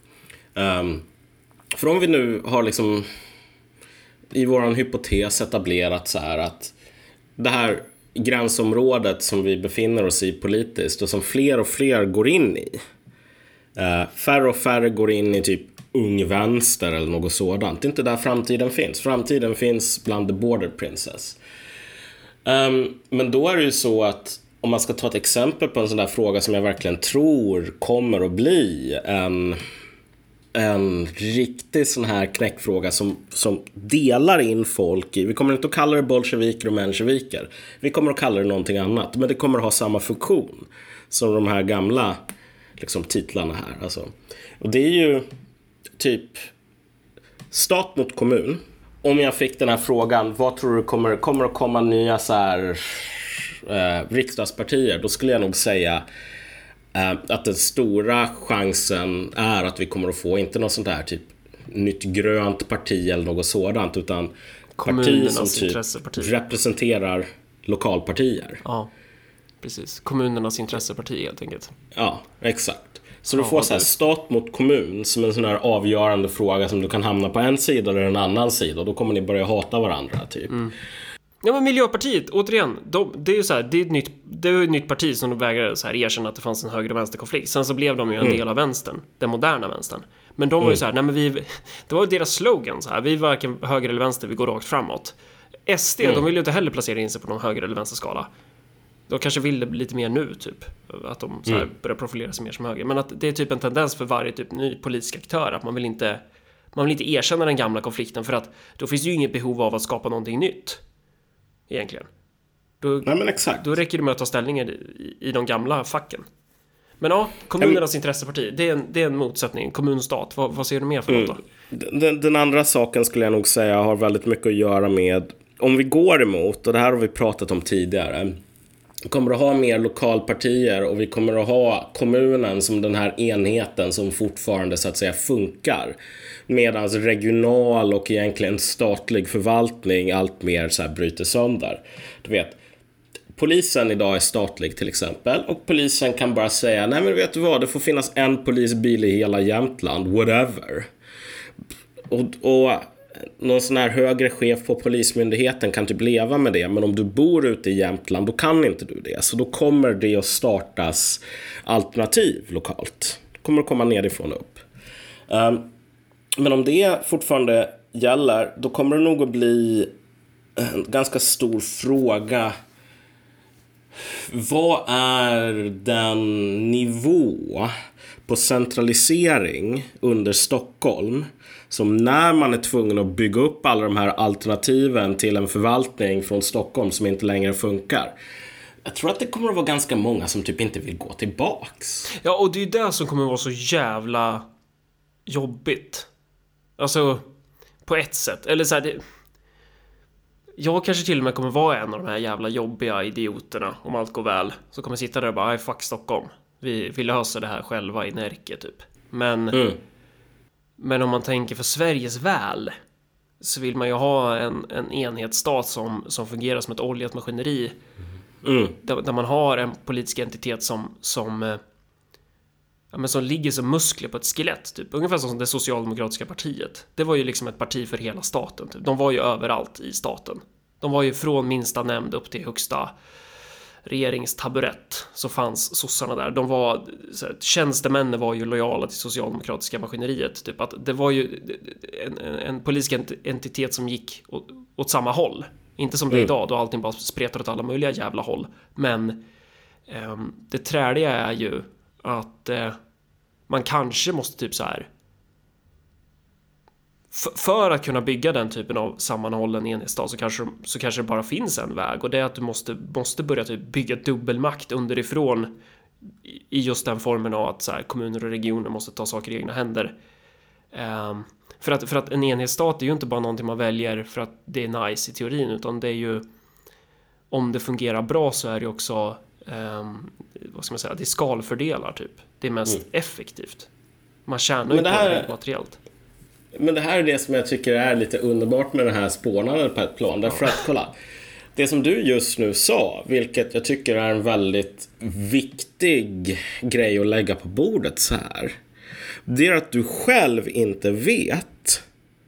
Speaker 1: För om vi nu har liksom i våran hypotes etablerat så här att det här gränsområdet som vi befinner oss i politiskt och som fler och fler går in i, färre och färre går in i typ ung vänster eller något sådant. Det är inte där framtiden finns. Framtiden finns bland the border princess. Men då är det ju så att om man ska ta ett exempel på en sån där fråga som jag verkligen tror kommer att bli en riktig sån här knäckfråga som delar in folk i, vi kommer inte att kalla det bolsjeviker och mensjeviker, vi kommer att kalla det någonting annat, men det kommer att ha samma funktion som de här gamla liksom titlarna här alltså. Och det är ju typ stat mot kommun. Om jag fick den här frågan, vad tror du kommer att komma nya så här riksdagspartier, då skulle jag nog säga att den stora chansen är att vi kommer att få inte något sånt där typ nytt grönt parti eller något sådant, utan parti som typ representerar lokalpartier.
Speaker 2: Ja, precis. Kommunernas intresseparti helt enkelt.
Speaker 1: Ja, exakt. Så du får så här stat mot kommun som en sån här avgörande fråga som du kan hamna på en sida eller en annan sida, och då kommer ni börja hata varandra typ.
Speaker 2: Ja, men Miljöpartiet, återigen, det är ju så här, det är ett nytt parti som vägrar så här erkänna att det fanns en höger-vänster-konflikt. Sen så blev de ju en del av vänstern, den moderna vänstern. Men de var ju så här, nej men det var ju deras slogan så här, vi är varken höger eller vänster, vi går rakt framåt. SD, de vill ju inte heller placera in sig på någon höger- eller vänsterskala. De kanske vill det lite mer nu typ, att de så här börjar profilera sig mer som höger. Men att det är typ en tendens för varje typ ny politisk aktör att man vill inte erkänna den gamla konflikten, för att då finns det ju inget behov av att skapa någonting nytt. Egentligen.
Speaker 1: Nej, men exakt.
Speaker 2: Då räcker det med att ta ställning i de gamla facken. Men ja, kommunernas intresseparti, det är en motsättning. Kommun-stat, vad ser du mer för något då?
Speaker 1: Den andra saken skulle jag nog säga har väldigt mycket att göra med, om vi går emot, och det här har vi pratat om tidigare, vi kommer att ha mer lokalpartier och vi kommer att ha kommunen som den här enheten som fortfarande så att säga funkar, medan regional och egentligen statlig förvaltning allt mer så här bryter sönder. Du vet, polisen idag är statlig till exempel, och polisen kan bara säga, nej men vet du vad, det får finnas en polisbil i hela Jämtland, whatever. Och någon sån här högre chef på polismyndigheten kan typ leva med det, men om du bor ute i Jämtland då kan inte du det, så då kommer det att startas alternativ lokalt. Det kommer att komma nerifrån och upp. Men om det fortfarande gäller, då kommer det nog att bli en ganska stor fråga Vad är den nivå på centralisering under Stockholm som när man är tvungen att bygga upp alla de här alternativen till en förvaltning från Stockholm som inte längre funkar? Jag tror att det kommer att vara ganska många som typ inte vill gå tillbaks.
Speaker 2: Ja, och det är ju det som kommer att vara så jävla jobbigt. Alltså, på ett sätt. Eller så här, jag kanske till och med kommer vara en av de här jävla jobbiga idioterna om allt går väl. Så kommer jag sitta där och bara, fuck Stockholm. Vi löser det här själva i Närke typ. Men om man tänker för Sveriges väl så vill man ju ha en enhetsstat som fungerar som ett oljat maskineri. Där man har en politisk entitet som ligger som muskler på ett skelett typ. Ungefär som det socialdemokratiska partiet. Det var ju liksom ett parti för hela staten typ. De var ju överallt i staten. De var ju från minsta nämnd upp till högsta regeringstaburett. Så fanns sossarna där. De var tjänstemännen var ju lojala till socialdemokratiska maskineriet typ. Att det var ju en politisk entitet som gick åt samma håll. Inte som det är idag då allting bara spretar åt alla möjliga jävla håll. Men det träliga är ju att man kanske måste typ så här för att kunna bygga den typen av sammanhållen enhetsstat så kanske det bara finns en väg, och det är att du måste börja typ bygga dubbelmakt underifrån i just den formen av att så här, kommuner och regioner måste ta saker i egna händer. För att en enhetsstat är ju inte bara någonting man väljer för att det är nice i teorin, utan det är ju, om det fungerar bra så är det också vad ska man säga, det är skalfördelar typ. Det är mest effektivt. Man tjänar ju på det materiellt.
Speaker 1: Men det här är det som jag tycker är lite underbart med det här spånandet på ett plan. Därför att, kolla, det som du just nu sa, vilket jag tycker är en väldigt viktig grej att lägga på bordet så här. Det är att du själv inte vet.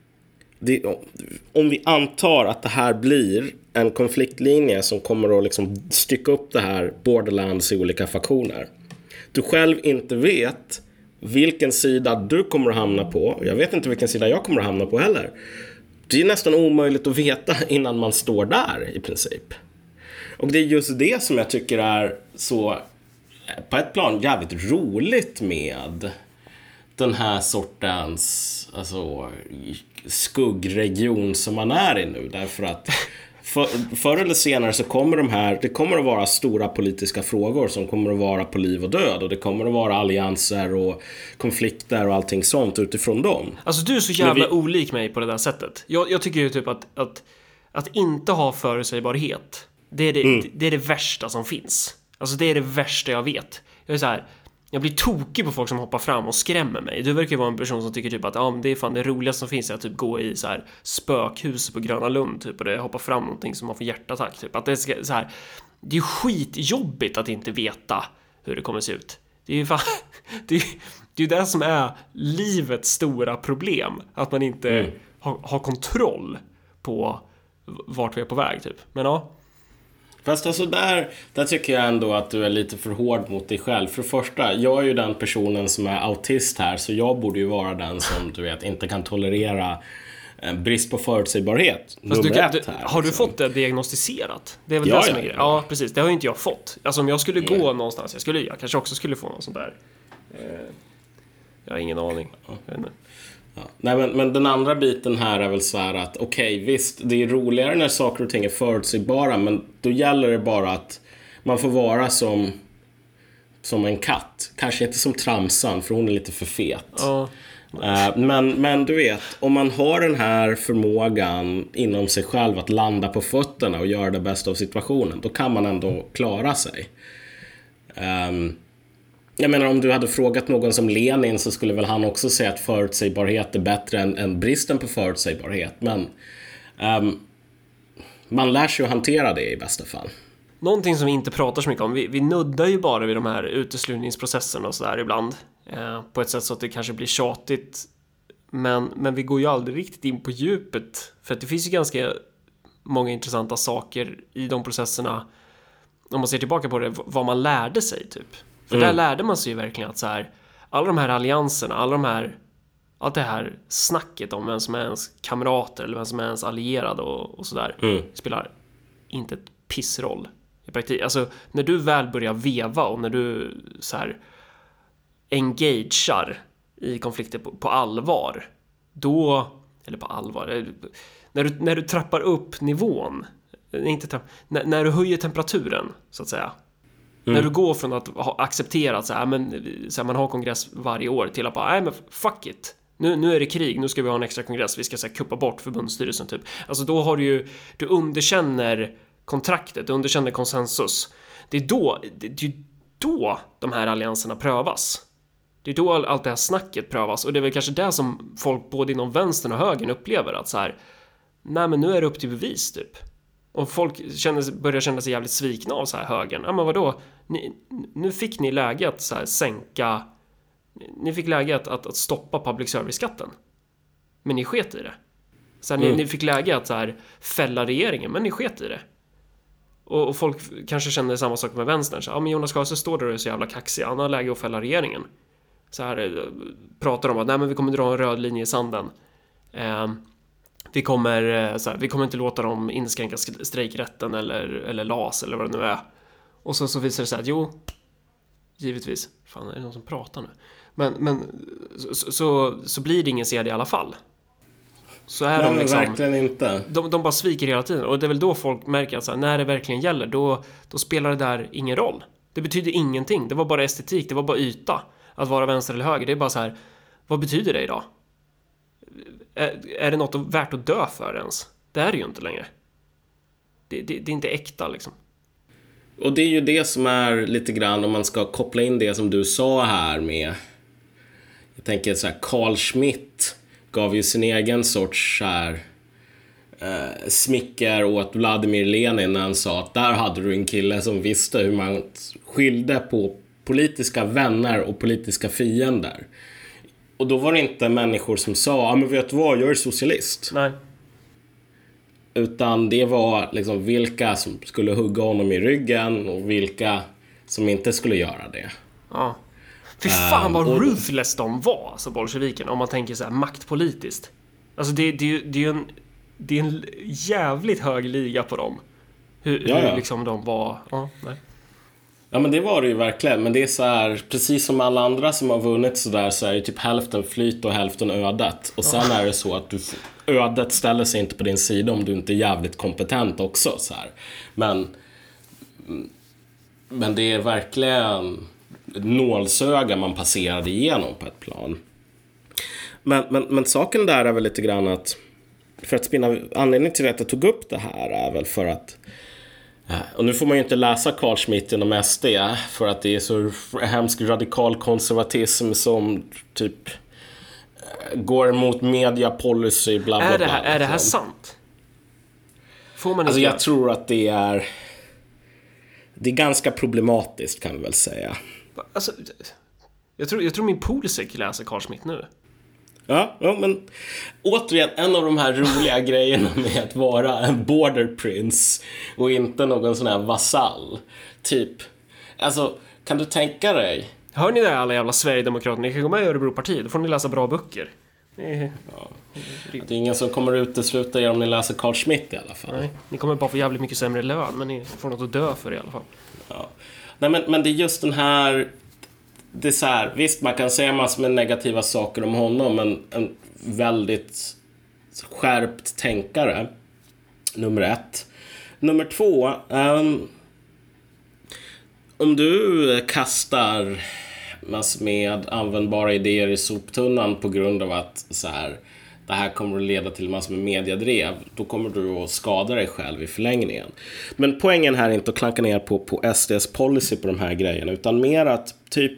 Speaker 1: Om vi antar att det här blir en konfliktlinje som kommer att liksom stycka upp det här borderlands i olika faktioner. Du själv inte vet vilken sida du kommer att hamna på. Jag vet inte vilken sida jag kommer att hamna på heller. Det är nästan omöjligt att veta innan man står där i princip. Och det är just det som jag tycker är så på ett plan jävligt roligt med den här sortens skuggregion som man är i nu. Därför att förr eller senare så kommer det kommer att vara stora politiska frågor som kommer att vara på liv och död, och det kommer att vara allianser och konflikter och allting sånt utifrån dem.
Speaker 2: Alltså du är så jävla olik mig på det där sättet. Jag tycker ju typ att inte ha förutsägbarhet, det är det värsta som finns. Alltså det är det värsta jag vet. Jag är så här, jag blir tokig på folk som hoppar fram och skrämmer mig. Du verkar ju vara en person som tycker typ att det är fan det roligaste som finns, att typ gå i så här spökhus på Gröna Lund typ, och det hoppar fram någonting som man får hjärtattack typ. Att det är så här, det är skitjobbigt att inte veta hur det kommer se ut. Det är ju fan, det är ju det som är livets stora problem, att man inte har kontroll på vart vi är på väg typ. Men ja.
Speaker 1: Fast alltså där tycker jag ändå att du är lite för hård mot dig själv. För det första, jag är ju den personen som är autist här, så jag borde ju vara den som du vet inte kan tolerera brist på förutsägbarhet.
Speaker 2: Har du fått det diagnostiserat? Det är väl det som är grejen. Ja, precis. Det har ju inte jag fått. Alltså om jag skulle gå någonstans, jag kanske också skulle få något sånt där. Jag har ingen aning.
Speaker 1: Ja. Nej, men den andra biten här är väl så här att okej, visst, det är roligare när saker och ting är förutsägbara, men då gäller det bara att man får vara som en katt. Kanske inte som Tramsan, för hon är lite för fet.
Speaker 2: Ja.
Speaker 1: Men du vet, om man har den här förmågan inom sig själv att landa på fötterna och göra det bästa av situationen, då kan man ändå klara sig. Jag menar, om du hade frågat någon som Lenin så skulle väl han också säga att förutsägbarhet är bättre än bristen på förutsägbarhet. Men man lär sig att hantera det i bästa fall.
Speaker 2: Någonting som vi inte pratar så mycket om, vi nuddar ju bara vid de här uteslutningsprocesserna och sådär ibland. På ett sätt så att det kanske blir tjatigt. Men vi går ju aldrig riktigt in på djupet. För att det finns ju ganska många intressanta saker i de processerna. Om man ser tillbaka på det, vad man lärde sig typ. För där lärde man sig ju verkligen att så här, alla de här allianserna, allt det här snacket om vem som är ens kamrater eller vem som är ens allierad och sådär, spelar inte ett pissroll. i praktik. Alltså, när du väl börjar veva och när du så här engagear i konflikter på allvar, då, eller på allvar, när du trappar upp nivån, när du höjer temperaturen, så att säga. När du går från att ha accepterat så här, man har kongress varje år till att bara, nej men fuck it. Nu är det krig, nu ska vi ha en extra kongress, vi ska så här, kuppa bort förbundsstyrelsen typ. Alltså då har du underkänner kontraktet, du underkänner konsensus. Det är då de här allianserna prövas. Det är då allt det här snacket prövas. Och det är väl kanske det som folk både inom vänstern och högern upplever, att så här, nej men nu är det upp till bevis typ. Och folk börjar känna sig jävligt svikna av så här högern. Ja men vadå, nu fick ni läge att så här sänka, ni fick läge att stoppa public service-skatten, men ni sket i det. Så här, ni fick läge att så här fälla regeringen, men ni sket i det. Och folk kanske känner samma sak med vänstern. Så, ja men Jonas Sjöstedt står där och är så jävla kaxig, han har läge att fälla regeringen. Så här pratar de om att nej men vi kommer dra en röd linje i sanden. Vi kommer inte låta dem inskränka strejkrätten eller LAS eller vad det nu är. Och så visar det sig att jo, givetvis, fan är det någon som pratar nu? Men så blir det ingen CD i alla fall. Så är de liksom,
Speaker 1: verkligen inte.
Speaker 2: De bara sviker hela tiden. Och det är väl då folk märker att så här, när det verkligen gäller, då spelar det där ingen roll. Det betyder ingenting, det var bara estetik, det var bara yta. Att vara vänster eller höger, det är bara så här, vad betyder det idag? Är det något värt att dö för ens? Det är det ju inte längre. Det är inte äkta liksom.
Speaker 1: Och det är ju det som är lite grann, om man ska koppla in det som du sa här med, jag tänker så här, Carl Schmitt gav ju sin egen sorts så här, smicker åt Vladimir Lenin när han sa att där hade du en kille som visste hur man skilde på politiska vänner och politiska fiender. Och då var det inte människor som sa, ja men vet du vad, jag är socialist.
Speaker 2: Nej.
Speaker 1: Utan det var liksom vilka som skulle hugga honom i ryggen och vilka som inte skulle göra det.
Speaker 2: Ja. Fy fan vad ruthless de var, alltså bolsjeviken, om man tänker så här maktpolitiskt. Alltså det är en jävligt hög liga på dem. Hur liksom de var.
Speaker 1: Ja men det var det ju verkligen. Men det är så här, precis som alla andra som har vunnit så är det typ hälften flyt och hälften ödet. Och sen är det så att ödet ställer sig inte på din sida om du inte är jävligt kompetent också så här. Men det är verkligen nålsöga man passerade igenom på ett plan. Men saken där är väl lite grann att, för att spinna, anledningen till att jag tog upp det här är väl för att, och nu får man ju inte läsa Carl Schmitt inom SD för att det är så hemsk radikal konservatism som typ går emot media policy bla bla bla.
Speaker 2: Är det här sant? Får man
Speaker 1: alltså jag tror att det är ganska problematiskt kan vi väl säga.
Speaker 2: Alltså, jag tror min polsek läser Carl Schmitt nu.
Speaker 1: Ja, men återigen en av de här roliga grejerna med att vara en border prince och inte någon sån här vasall typ. Alltså, kan du tänka dig?
Speaker 2: Hör ni det alla jävla Sverigedemokrater? Ni kan gå med i Örebropartiet, då får ni läsa bra böcker.
Speaker 1: Ja. Det är ingen som kommer utesluta er om ni läser Carl Schmitt i alla fall.
Speaker 2: Nej, ni kommer bara få jävligt mycket sämre lön, men ni får något att dö för i alla fall.
Speaker 1: Ja. Nej, men det är just den här, det är så här, visst man kan säga massor med negativa saker om honom, men en väldigt skärpt tänkare, nummer 1. Nummer 2, om du kastar massor med användbara idéer i soptunnan på grund av att så här, det här kommer att leda till massor med mediadrev, då kommer du att skada dig själv i förlängningen. Men poängen här är inte att klanka ner på SDs policy på de här grejerna, utan mer att typ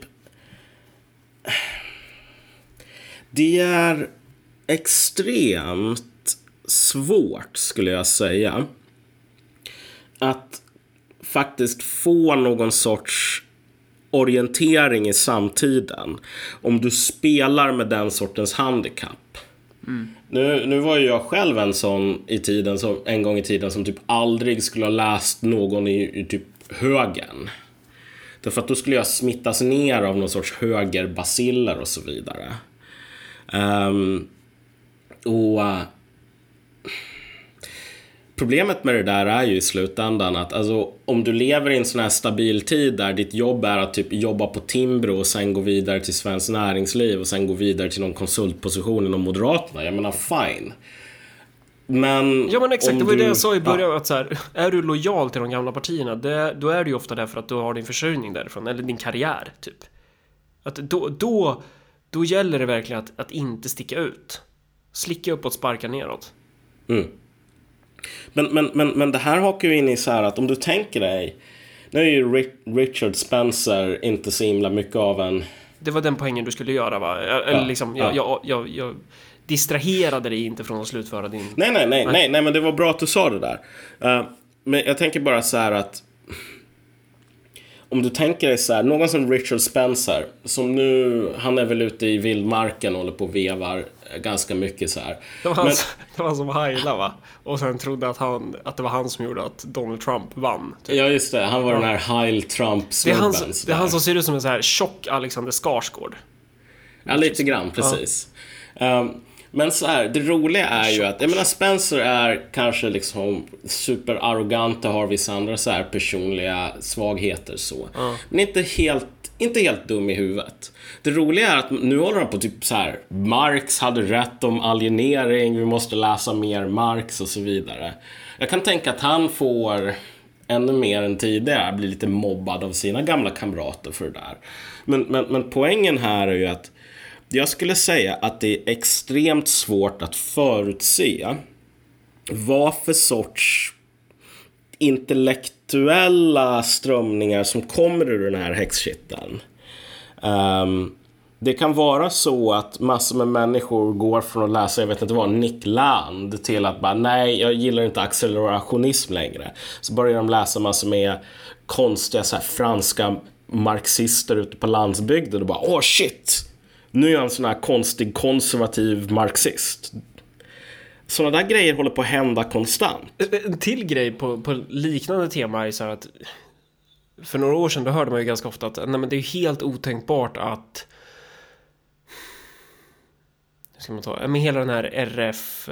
Speaker 1: det är extremt svårt, skulle jag säga, att faktiskt få någon sorts orientering i samtiden om du spelar med den sortens handikapp. Nu var ju jag själv en sån en gång i tiden som typ aldrig skulle ha läst någon i typ högern. Därför att då skulle jag smittas ner av någon sorts högerbaciller och så vidare. problemet med det där är ju i slutändan att alltså, om du lever i en sån här stabil tid där ditt jobb är att typ jobba på Timbro och sen gå vidare till Svenskt Näringsliv och sen gå vidare till någon konsultposition inom Moderaterna, jag menar fine. Men
Speaker 2: ja, men exakt, det var det jag sa i början, att så här, är du lojal till de gamla partierna, då är du ju ofta därför att du har din försörjning därifrån, eller din karriär typ. Att då gäller det verkligen att inte sticka ut. Slicka upp och sparka neråt.
Speaker 1: Men det här hakar ju in i så här att om du tänker dig, nu är ju Richard Spencer inte så himla mycket av en...
Speaker 2: Det var den poängen du skulle göra, va? Eller liksom, jag distraherade dig inte från att slutföra din...
Speaker 1: Nej, men det var bra att du sa det där. Men jag tänker bara så här att om du tänker dig så här, någon som Richard Spencer, som nu, han är väl ute i vildmarken och håller på och vevar ganska mycket så här.
Speaker 2: Det var han som heila, va? Och sen trodde att det var han som gjorde att Donald Trump vann.
Speaker 1: Typ. Ja, just det. Han var den här Heil Trump-snubben.
Speaker 2: Det är han som ser ut som en så här tjock Alexander Skarsgård.
Speaker 1: Ja, lite grann, precis. Men så här, det roliga är ju att, jag menar, Spencer är kanske liksom superarrogant och har vissa andra så här personliga svagheter så. Men inte helt dum i huvudet. Det roliga är att nu håller han på typ så här, Marx hade rätt om alienering, vi måste läsa mer Marx och så vidare. Jag kan tänka att han får ännu mer än tidigare bli lite mobbad av sina gamla kamrater för det där. Men poängen här är ju att jag skulle säga att det är extremt svårt att förutse vad för sorts intellektuella strömningar som kommer ur den här häxkitteln. Det kan vara så att massor med människor går från att läsa, jag vet inte vad, Nick Land till att bara, nej, jag gillar inte accelerationism längre. Så börjar de läsa massor med konstiga så här, franska marxister ute på landsbygden och bara, shit! Nu är jag en sån här konstig konservativ marxist. Såna där grejer håller på att hända konstant.
Speaker 2: En till grej på liknande tema är så här att för några år sedan då hörde man ju ganska ofta att nej, men det är helt otänkbart att ska man ta, med hela den här RF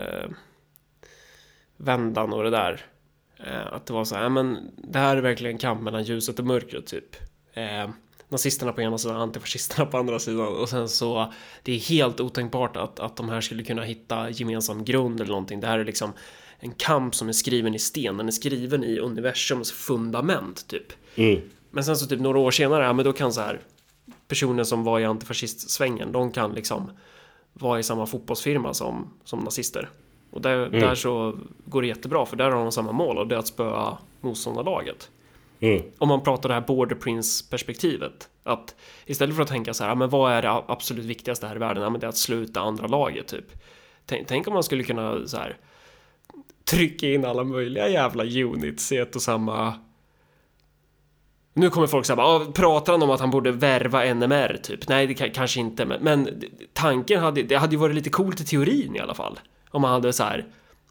Speaker 2: vändan och det där att det var så här, men det här är verkligen kamp mellan ljuset och mörkret typ. Nazisterna på ena sidan, antifascisterna på andra sidan, och sen så det är helt otänkbart att de här skulle kunna hitta gemensam grund eller någonting. Det här är liksom en kamp som är skriven i sten, den är skriven i universums fundament typ. Men sen så typ några år senare, ja, men då kan så här personer som var i antifascistsvängen, de kan liksom vara i samma fotbollsfirma som nazister. Och där så går det jättebra, för där har de samma mål, och det är att spöa motståndarlaget. Om man pratar det här Border Prince-perspektivet, att istället för att tänka så här, men vad är det absolut viktigaste här i världen? Ja, men det är att sluta andra laget typ. Tänk om man skulle kunna så här trycka in alla möjliga jävla units i ett och samma. Nu kommer folk säga, pratar han om att han borde värva NMR typ? Nej, det kanske inte, men tanken hade ju varit lite coolt i teorin i alla fall. Om man hade så här,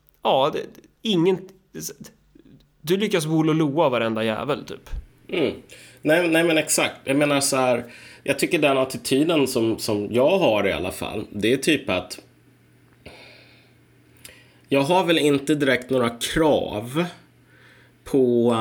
Speaker 2: du lyckas vola och loa varenda jävel typ.
Speaker 1: Nej men exakt. Jag menar så här, jag tycker den attityden som jag har i alla fall, det är typ att jag har väl inte direkt några krav på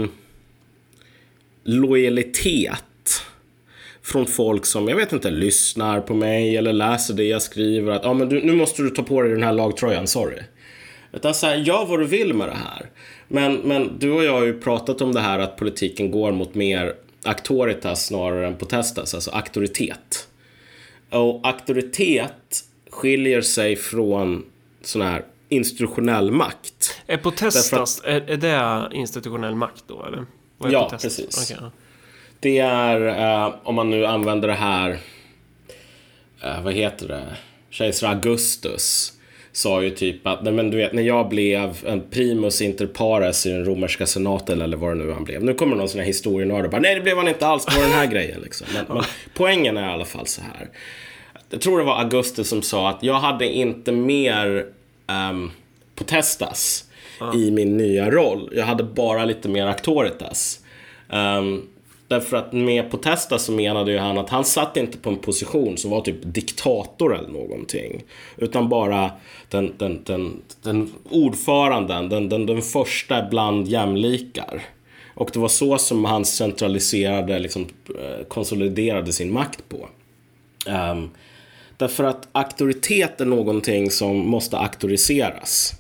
Speaker 1: lojalitet från folk som, jag vet inte, lyssnar på mig eller läser det jag skriver, att men nu måste du ta på dig den här lagtröjan, sorry. Utan så här, gör vad du vill med det här. Men du och jag har ju pratat om det här att politiken går mot mer auktoritas snarare än potestas, alltså auktoritet. Och auktoritet skiljer sig från sån här institutionell makt.
Speaker 2: Är potestas, är det institutionell makt då, eller?
Speaker 1: Ja, precis. Okay. Det är, om man nu använder det här, vad heter det? Kejsar Augustus sa ju typ att, nej men du vet, när jag blev en primus inter pares i den romerska senaten eller vad det nu han blev. Nu kommer någon sån här historienörd och bara, nej det blev han inte alls, det var den här grejen liksom. Men poängen är i alla fall så här. Jag tror det var Augustus som sa att jag hade inte mer potestas i min nya roll. Jag hade bara lite mer auktoritas. Därför att med Potesta så menade ju han att han satt inte på en position som var typ diktator eller någonting. Utan bara den ordföranden, den första bland jämlikar. Och det var så som han centraliserade, liksom konsoliderade sin makt på. Därför att auktoritet är någonting som måste auktoriseras.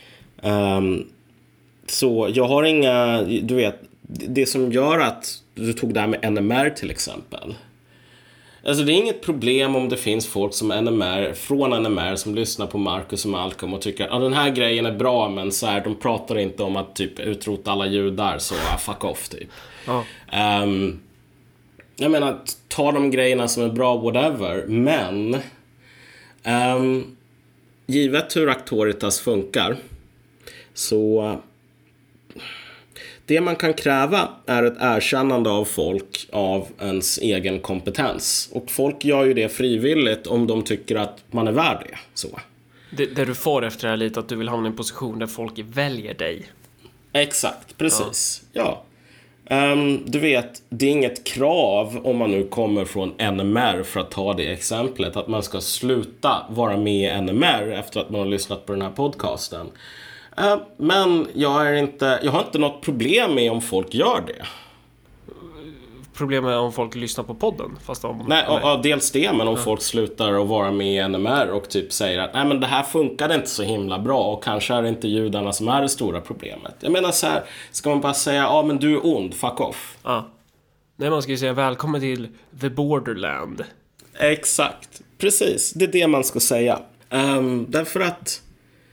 Speaker 1: Så jag har inga, du vet, det som gör att du tog det här med NMR till exempel. Alltså det är inget problem om det finns folk som från NMR som lyssnar på Marcus och Malcolm och tycker att den här grejen är bra, men så här, de pratar inte om att typ utrota alla judar, så fuck off typ. Jag menar, ta de grejerna som är bra, whatever, men givet hur Actoritas funkar, så det man kan kräva är ett erkännande av folk av ens egen kompetens. Och folk gör ju det frivilligt om de tycker att man är värd det. Så.
Speaker 2: Det du får efter det här lite, att du vill hamna i en position där folk väljer dig.
Speaker 1: Exakt, precis. Ja. Du vet, det är inget krav om man nu kommer från NMR, för att ta det exemplet, att man ska sluta vara med i NMR efter att man har lyssnat på den här podcasten. Men jag har inte något problem med om folk gör det.
Speaker 2: Problemet är om folk lyssnar på podden, fast
Speaker 1: Nej, dels det, men om folk slutar att vara med i NMR och typ säger att nej, men det här funkade inte så himla bra, och kanske är det inte judarna som är det stora problemet. Jag menar så här, ska man bara säga ja men du är ond, fuck off.
Speaker 2: Nej, man ska ju säga välkommen till the borderland.
Speaker 1: Exakt, precis, det är det man ska säga. Därför att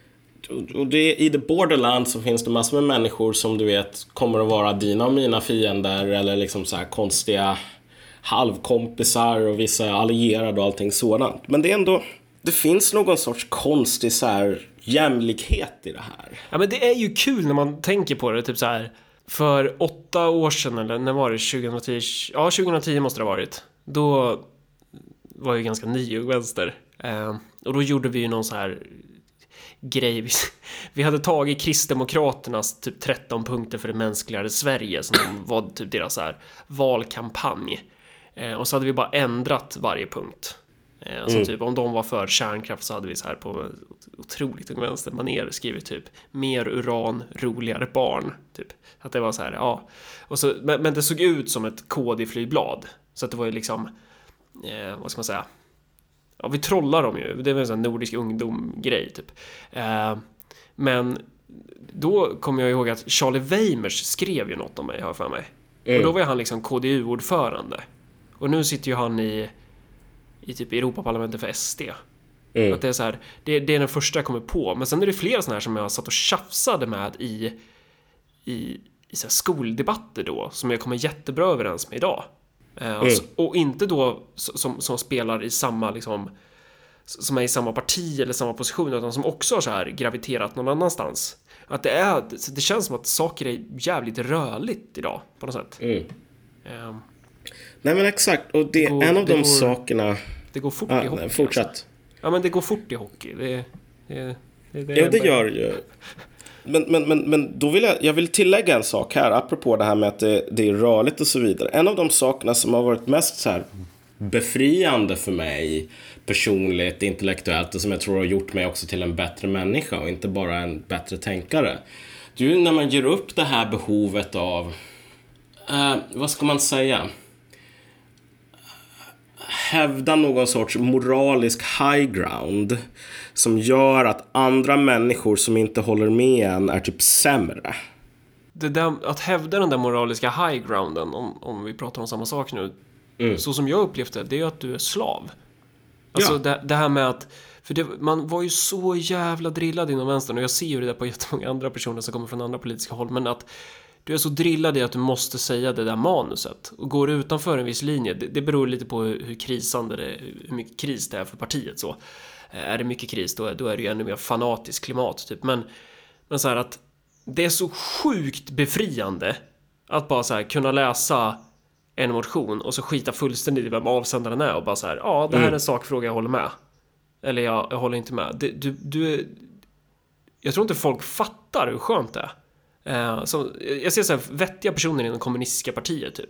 Speaker 1: i the borderland så finns det massor med människor som du vet kommer att vara dina och mina fiender, eller liksom så här konstiga halvkompisar och vissa allierade och allting sådant. Men det är ändå, det finns någon sorts konstig så här jämlikhet i det här.
Speaker 2: Ja, men det är ju kul när man tänker på det, typ så här för 8 år sedan, eller när var det, 2010? Ja, 2010 måste det ha varit. Då var jag ganska ny och vänster. Och då gjorde vi ju någon så här grej. Vi hade tagit Kristdemokraternas typ 13 punkter för det mänskligare Sverige, som var typ deras så här valkampanj. Och så hade vi bara ändrat varje punkt. Så typ om de var för kärnkraft, så hade vi så här på otroligt vänster manér skrivit typ mer uran, roligare barn typ. Att det var så här, ja. Och så, men det såg ut som ett KD-flygblad. Så att det var ju liksom vad ska man säga? Ja, vi trollar dem ju. Det var en sån nordisk ungdom-grej typ. Men då kom jag ihåg att Charlie Weimers skrev ju något om mig, har för mig. Och då var han liksom KDU-ordförande. Och nu sitter ju han i typ Europaparlamentet för SD. Att det är så här, det är den första jag kommer på. Men sen är det flera såna här som jag satt och tjafsade med i så här skoldebatter då, som jag kommer jättebra överens med idag. Och inte då som spelar i samma liksom, som är i samma parti eller samma position, utan som också har så här graviterat någon annanstans. Att det känns som att saker är jävligt rörligt idag på något sätt.
Speaker 1: Nej men exakt, och det är en av de sakerna.
Speaker 2: Det går fort i hockey.
Speaker 1: Fortsätt.
Speaker 2: Alltså. Ja, men det går fort i hockey.
Speaker 1: Det gör det ju. Men då vill jag vill tillägga en sak här, apropå det här med att det är rörligt och så vidare. En av de sakerna som har varit mest så här befriande för mig personligt, intellektuellt, och som jag tror har gjort mig också till en bättre människa och inte bara en bättre tänkare, det är ju när man ger upp det här behovet av vad ska man säga, hävda någon sorts moralisk high ground som gör att andra människor som inte håller med en är typ sämre.
Speaker 2: Det där, att hävda den där moraliska high grounden, om vi pratar om samma sak nu, så som jag upplevde det är att du är slav. Alltså det här med att, för man var ju så jävla drillad inom vänstern, och jag ser ju det där på jättemånga andra personer som kommer från andra politiska håll, men att du är så drillad i att du måste säga det där manuset. Och går utanför en viss linje, det beror lite på hur krisande hur mycket kris det är för partiet. Så är det mycket kris, då är det ju ännu mer fanatiskt klimat typ. Men så här att det är så sjukt befriande att bara så här kunna läsa en motion och så skita fullständigt i vem avsändaren är och bara så här, ja, det här är en sakfråga, jag håller med. Eller jag håller inte med. Jag tror inte folk fattar hur skönt det är. Så jag ser så här vettiga personer inom kommunistiska partier typ.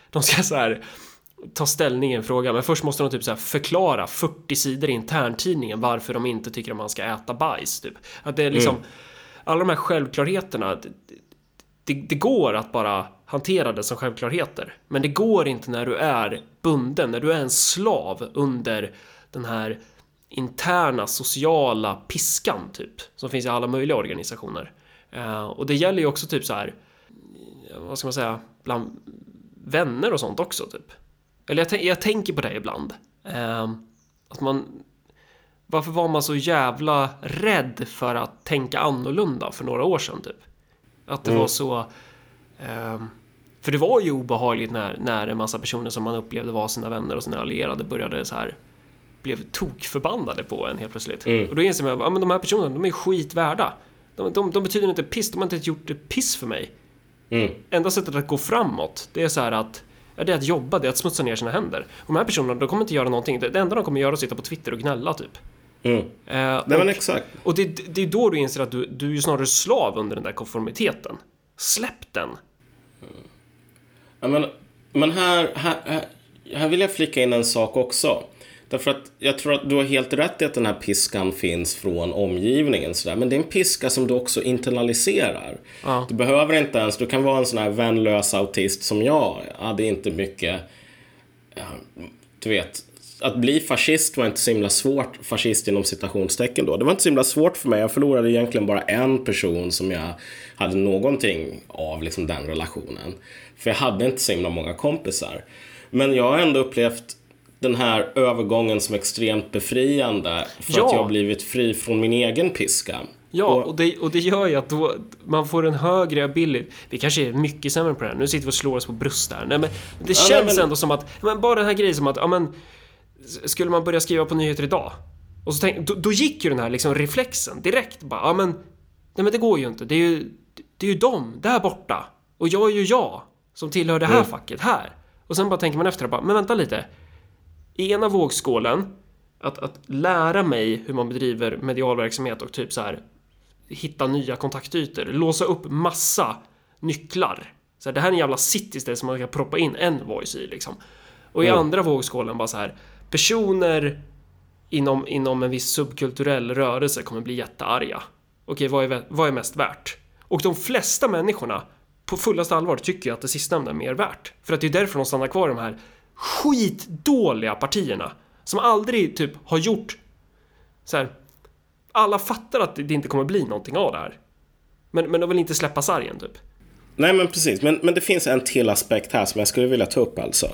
Speaker 2: de ska så här ta ställning i en fråga, men först måste de typ så här förklara 40 sidor i interntidningen varför de inte tycker att man ska äta bajs typ. Att det är liksom alla de här självklarheterna, det går att bara hantera det som självklarheter, men det går inte när du är bunden, när du är en slav under den här interna sociala piskan typ, som finns i alla möjliga organisationer. Och det gäller ju också typ så här, vad ska man säga, bland vänner och sånt också typ. Eller jag tänker på det ibland. Att varför var man så jävla rädd för att tänka annorlunda för några år sedan typ? Att det var så... för det var ju obehagligt när en massa personer som man upplevde var sina vänner och sina allierade började så här, blev tokförbannade på en helt plötsligt. Och då inser man, men de här personerna, de är skitvärda. De betyder inte piss, de har inte gjort det piss för mig. Enda sättet att gå framåt, det är så här att det är att jobba, det är att smutsa ner sina händer. Och de här personerna, de kommer inte göra någonting. Det enda de kommer göra är att sitta på Twitter och gnälla typ.
Speaker 1: Men exakt.
Speaker 2: Och det är då du inser att du är ju snarare slav under den där konformiteten. Släpp den.
Speaker 1: Ja, men här vill jag flika in en sak också. Därför att jag tror att du har helt rätt i att den här piskan finns från omgivningen. Sådär. Men det är en piska som du också internaliserar. Ja. Du behöver inte ens, du kan vara en sån här vänlös autist som jag. Ja, det är inte mycket, du vet, att bli fascist var inte så himla svårt, fascist inom citationstecken då. Det var inte så himla svårt för mig. Jag förlorade egentligen bara en person som jag hade någonting av liksom den relationen. För jag hade inte så himla många kompisar. Men jag har ändå upplevt den här övergången som extremt befriande för att jag har blivit fri från min egen piska.
Speaker 2: Ja, och det gör ju att då man får en högre ability. Vi kanske är mycket sämre på det här. Nu sitter vi och slår oss på bröst där. Nej, men det känns ändå som att, men bara den här grejen som att, ja men, skulle man börja skriva på nyheter idag? Och så då gick ju den här liksom reflexen direkt bara, ja men, nej men det går ju inte. Det är ju de där borta. Och jag är ju jag som tillhör det här facket här. Och sen bara tänker man efter och bara, men vänta lite. I ena vågskålen att lära mig hur man bedriver medialverksamhet och typ så här hitta nya kontaktytor, låsa upp massa nycklar. Så här, det här är en jävla city som man kan proppa in en voice i liksom. Och i andra vågskålen bara så här, personer inom en viss subkulturell rörelse kommer bli jättearga. Okej, vad är mest värt? Och de flesta människorna på fullaste allvar tycker att det sistnämnda är mer värt. För att det är därför de stannar kvar i de här skitdåliga partierna som aldrig typ har gjort så här. Alla fattar att det inte kommer bli någonting av det här. Men de vill inte släppa sargen typ.
Speaker 1: Nej men precis, men det finns en till aspekt här som jag skulle vilja ta upp alltså.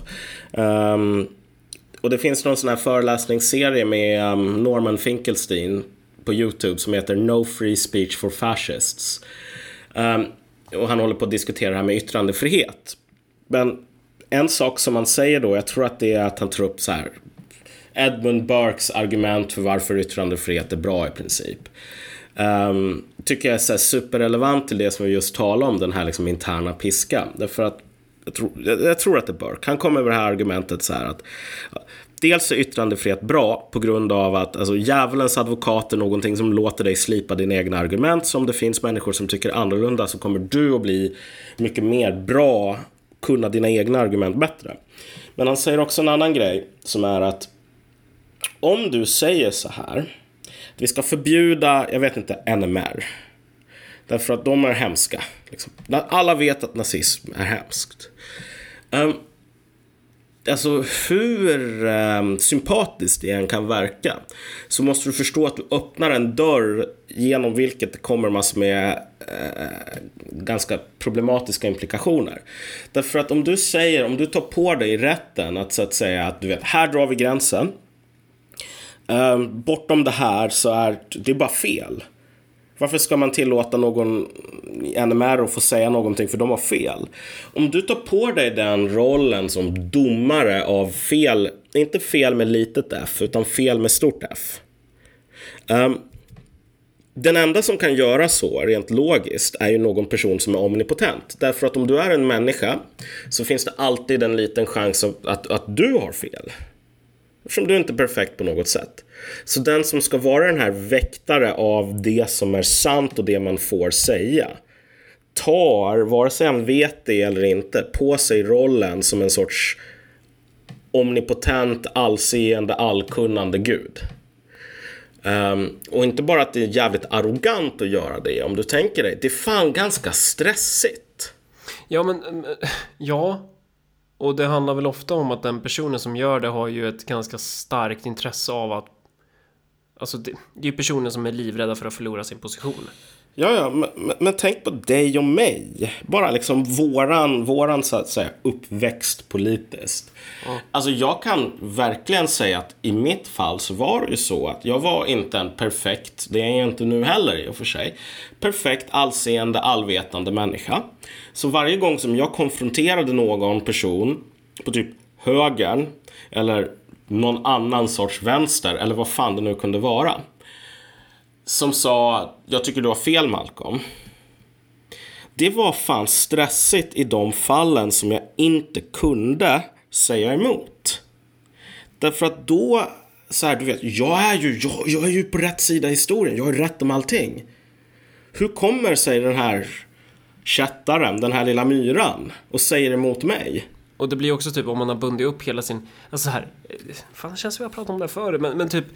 Speaker 1: Och det finns någon sån här föreläsningsserie med Norman Finkelstein på YouTube som heter No Free Speech for Fascists. Och han håller på att diskutera det här med yttrandefrihet. Men en sak som han säger då, jag tror att det är att han tar upp så här Edmund Burkes argument för varför yttrandefrihet är bra i princip. Tycker jag är så här superrelevant till det som vi just talade om, den här liksom interna piska. Därför att jag tror att det är Burke. Han kommer över det här argumentet så här att dels är yttrandefrihet bra på grund av att alltså, djävulens advokat är någonting som låter dig slipa dina egna argument. Så om det finns människor som tycker annorlunda så kommer du att bli mycket mer bra, kunna dina egna argument bättre. Men han säger också en annan grej som är att om du säger så här, vi ska förbjuda, jag vet inte, NMR. Därför att de är hemska. Liksom. Alla vet att nazism är hemskt. Alltså hur sympatiskt det än kan verka så måste du förstå att du öppnar en dörr genom vilket det kommer massor med ganska problematiska implikationer. Därför att om du tar på dig rätten att så att säga att du vet, här drar vi gränsen. Bortom det här så är det bara fel. Varför ska man tillåta någon NMR att få säga någonting för de har fel? Om du tar på dig den rollen som domare av fel, inte fel med litet f utan fel med stort f. Den enda som kan göra så rent logiskt är ju någon person som är omnipotent. Därför att om du är en människa så finns det alltid en liten chans att du har fel. Eftersom du inte är perfekt på något sätt. Så den som ska vara den här väktare av det som är sant och det man får säga, tar, vare sig han vet det eller inte, på sig rollen som en sorts omnipotent, allseende, allkunnande gud. Och inte bara att det är jävligt arrogant att göra det. Om du tänker dig, det är fan ganska stressigt.
Speaker 2: Ja, och det handlar väl ofta om att den personen som gör det har ju ett ganska starkt intresse av att, alltså det är ju personer som är livrädda för att förlora sin position.
Speaker 1: Ja, men tänk på dig och mig. Bara liksom våran så att säga uppväxt politiskt. Alltså jag kan verkligen säga att i mitt fall så var det ju så att jag var inte en perfekt, det är jag inte nu heller i och för sig, perfekt, allseende, allvetande människa. Så varje gång som jag konfronterade någon person på typ högern eller någon annan sorts vänster eller vad fan det nu kunde vara, som sa, jag tycker du har fel, Malcolm. Det var fan stressigt i de fallen som jag inte kunde säga emot. Därför att då, så här, du vet, jag är ju på rätt sida i historien. Jag har rätt om allting. Hur kommer sig den här chattaren, den här lilla myran, och säger emot mig?
Speaker 2: Och det blir också typ, om man har bundit upp hela sin, alltså här, fan det känns som jag har pratat om det förr, men typ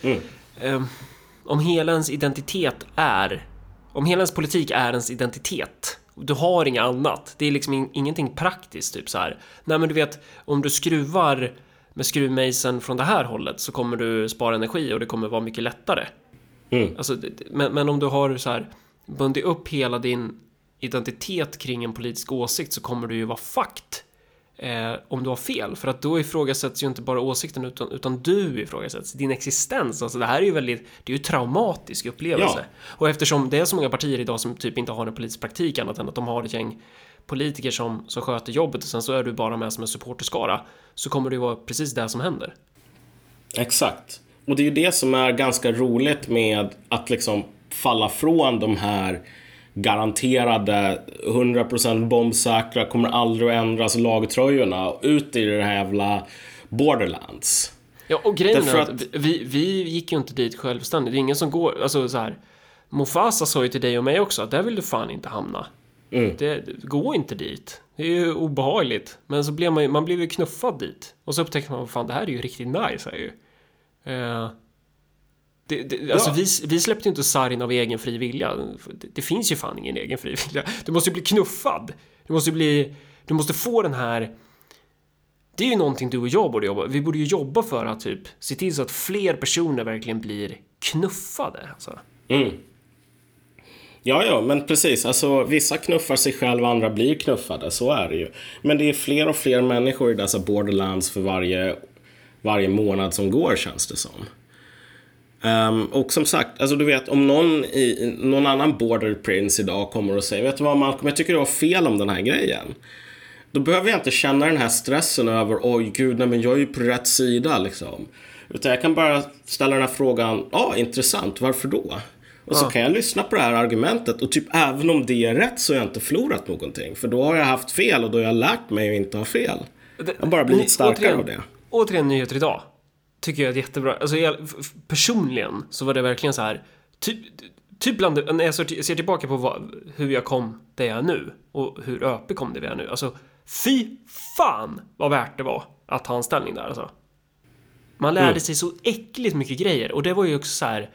Speaker 2: om hela ens identitet är, om hela ens politik är ens identitet, du har inget annat, det är liksom ingenting praktiskt typ så här. Nej men du vet, om du skruvar med skruvmejseln från det här hållet så kommer du spara energi och det kommer vara mycket lättare. Alltså, men om du har så här bundit upp hela din identitet kring en politisk åsikt så kommer du ju vara fucked om du har fel, för att då ifrågasätts ju inte bara åsikten utan du ifrågasätts, din existens. Alltså det här är ju det är ju traumatisk upplevelse. Ja. Och eftersom det är så många partier idag som typ inte har en politisk praktik annat än att de har ett gäng politiker som sköter jobbet och sen så är du bara med som en supporterskara, så kommer det ju vara precis det som händer.
Speaker 1: Exakt. Och det är ju det som är ganska roligt med att liksom falla från de här garanterade 100% bombsäkra, kommer aldrig att ändras lagtröjorna ut i det här jävla Borderlands.
Speaker 2: Ja, och grejen är att vi gick ju inte dit självständigt. Det är ingen som går, alltså så här, Mufasa sa ju till dig och mig också att där vill du fan inte hamna. Det går inte dit. Det är ju obehagligt. Men så blev man blev ju knuffad dit. Och så upptäckte man, fan det här är ju riktigt nice här ju. Alltså vi släppte ju inte sargen av egen fri vilja. Det finns ju fan ingen egen fri vilja. Du måste ju bli knuffad. Du måste få den här. Det är ju någonting du och jag borde jobba. Vi borde ju jobba för att typ se till så att fler personer verkligen blir knuffade alltså.
Speaker 1: Ja, men precis. Alltså, vissa knuffar sig själva, andra blir knuffade. Så är det ju. Men det är fler och fler människor i dessa Borderlands för varje månad som går, känns det som. Och som sagt, alltså du vet, om någon annan Border Prince idag kommer och säger, vet du vad Malcolm, jag tycker det var fel om den här grejen. Då behöver jag inte känna den här stressen över, oj gud, nej men jag är ju på rätt sida liksom. Utan jag kan bara ställa den här frågan, intressant, varför då? Och så kan jag lyssna på det här argumentet. Och typ även om det är rätt så har jag inte förlorat någonting. För då har jag haft fel och då har jag lärt mig att inte ha fel. Jag bara blivit starkare av det.
Speaker 2: Återigen nyheter idag tycker jag är jättebra. Alltså personligen så var det verkligen så här. Typ bland, när jag ser tillbaka på hur jag kom där jag är nu. Och hur öppet kom det vi är nu. Alltså fy fan vad värt det var att ha en ställning där alltså. Man lärde sig så äckligt mycket grejer. Och det var ju också så här.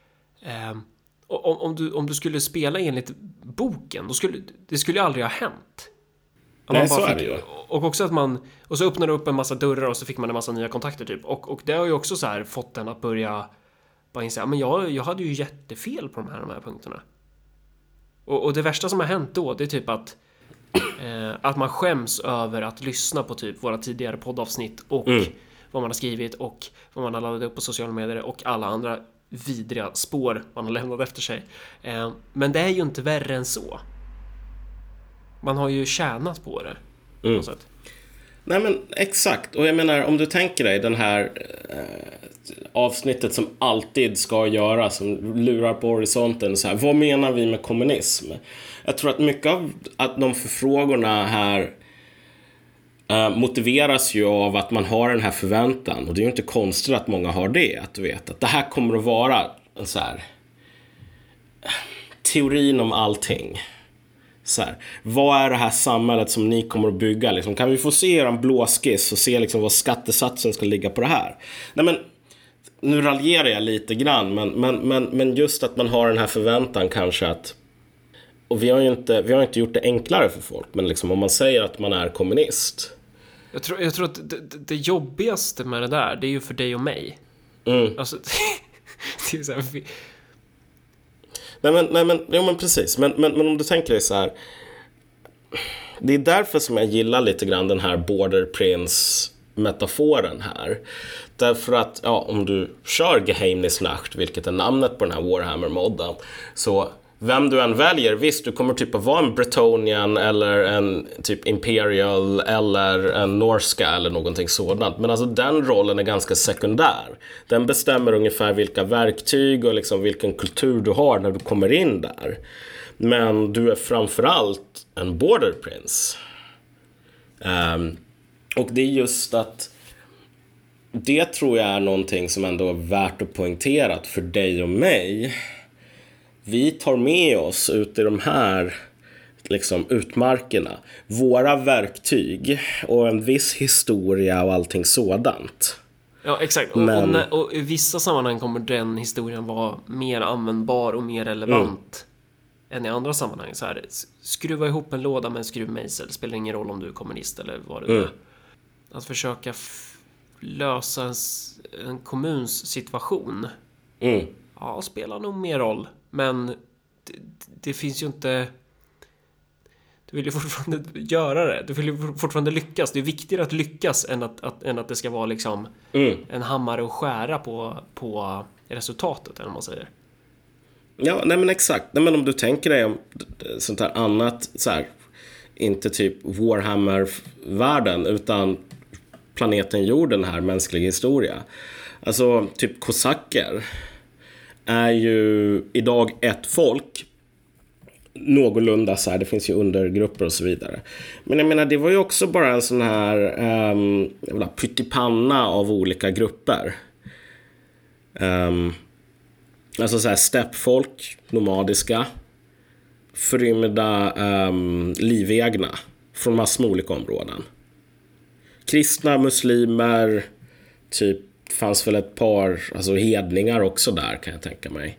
Speaker 2: Om du skulle spela enligt boken, det skulle aldrig ha hänt.
Speaker 1: Nej, så är det ju.
Speaker 2: Och också att och så öppnade upp en massa dörrar och så fick man en massa nya kontakter typ. Och det har ju också så här fått den att börja bara inse, men jag hade ju jättefel på de här punkterna. Och det värsta som har hänt då, det är typ att man skäms över att lyssna på typ våra tidigare poddavsnitt och vad man har skrivit och vad man har laddat upp på sociala medier och alla andra vidriga spår man har lämnat efter sig. Men det är ju inte värre än så. Man har ju tjänat på det på något sätt.
Speaker 1: Nej men exakt. Och jag menar, om du tänker dig den här avsnittet som alltid ska göra, som lurar på horisonten så här, vad menar vi med kommunism? Jag tror att mycket av att de förfrågorna här motiveras ju av att man har den här förväntan. Och det är ju inte konstigt att många har det. Att du vet att det här kommer att vara en så här teorin om allting. Så här, vad är det här samhället som ni kommer att bygga? Liksom, kan vi få se er en blåskiss och se liksom vad skattesatsen ska ligga på det här? Nej, men nu raljerar jag lite grann, men just att man har den här förväntan kanske att, och vi har inte gjort det enklare för folk, men liksom om man säger att man är kommunist.
Speaker 2: Jag tror att det jobbigaste med det där, det är ju för dig och mig. Alltså, det är så här,
Speaker 1: Nej men precis. Men om du tänker dig så här, det är därför som jag gillar lite grann den här Border Prince-metaforen här. Därför att, ja, om du kör Geheimnis Nacht, vilket är namnet på den här Warhammer-modden, så vem du än väljer, visst, du kommer typ att vara en Bretonian eller en typ Imperial eller en Norska eller någonting sådant. Men alltså den rollen är ganska sekundär. Den bestämmer ungefär vilka verktyg och liksom vilken kultur du har när du kommer in där. Men du är framförallt en Border Prince. Och det är just att det tror jag är någonting som ändå är värt att poängtera för dig och mig. Vi tar med oss ut i de här liksom utmarkerna våra verktyg och en viss historia och allting sådant.
Speaker 2: Ja, exakt. Och i vissa sammanhang kommer den historien vara mer användbar och mer relevant än i andra sammanhang. Så här, skruva ihop en låda med en skruvmejsel, spelar ingen roll om du är kommunist eller vad det är. Att försöka lösa en kommuns situation ja, spelar nog mer roll. Men det finns ju inte... Du vill ju fortfarande göra det. Du vill ju fortfarande lyckas. Det är viktigare att lyckas än att det ska vara liksom en hammare och skära på resultatet, eller vad man säger.
Speaker 1: Ja, nej men exakt. Nej, men om du tänker dig om sånt här annat, så här, inte typ Warhammer-världen, utan planeten jorden här, mänsklig historia. Alltså typ kosacker är ju idag ett folk, någorlunda så här, det finns ju undergrupper och så vidare. Men jag menar, det var ju också bara en sån här pyttipanna av olika grupper. Alltså så här steppfolk, nomadiska, förrymda, livegna från massor med olika områden. Kristna, muslimer, typ fanns väl ett par, alltså hedningar också där, kan jag tänka mig.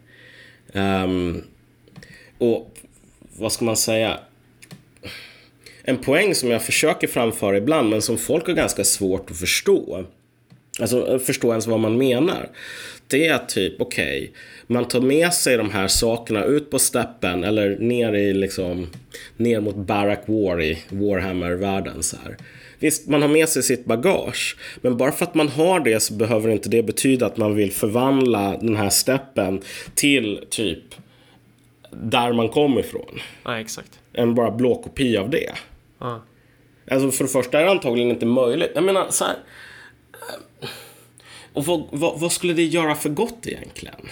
Speaker 1: Och vad ska man säga? En poäng som jag försöker framföra ibland, men som folk har ganska svårt att förstå. Alltså förstå ens vad man menar. Det är typ, okej, man tar med sig de här sakerna ut på steppen eller ner mot Barak War i Warhammer-världen så här. Visst, man har med sig sitt bagage, men bara för att man har det så behöver inte det betyda att man vill förvandla den här steppen till typ där man kommer ifrån.
Speaker 2: Ja, exakt.
Speaker 1: En bara blå kopia av det.
Speaker 2: Ja.
Speaker 1: Alltså för det första är det antagligen inte möjligt. Jag menar så här, och vad skulle det göra för gott egentligen?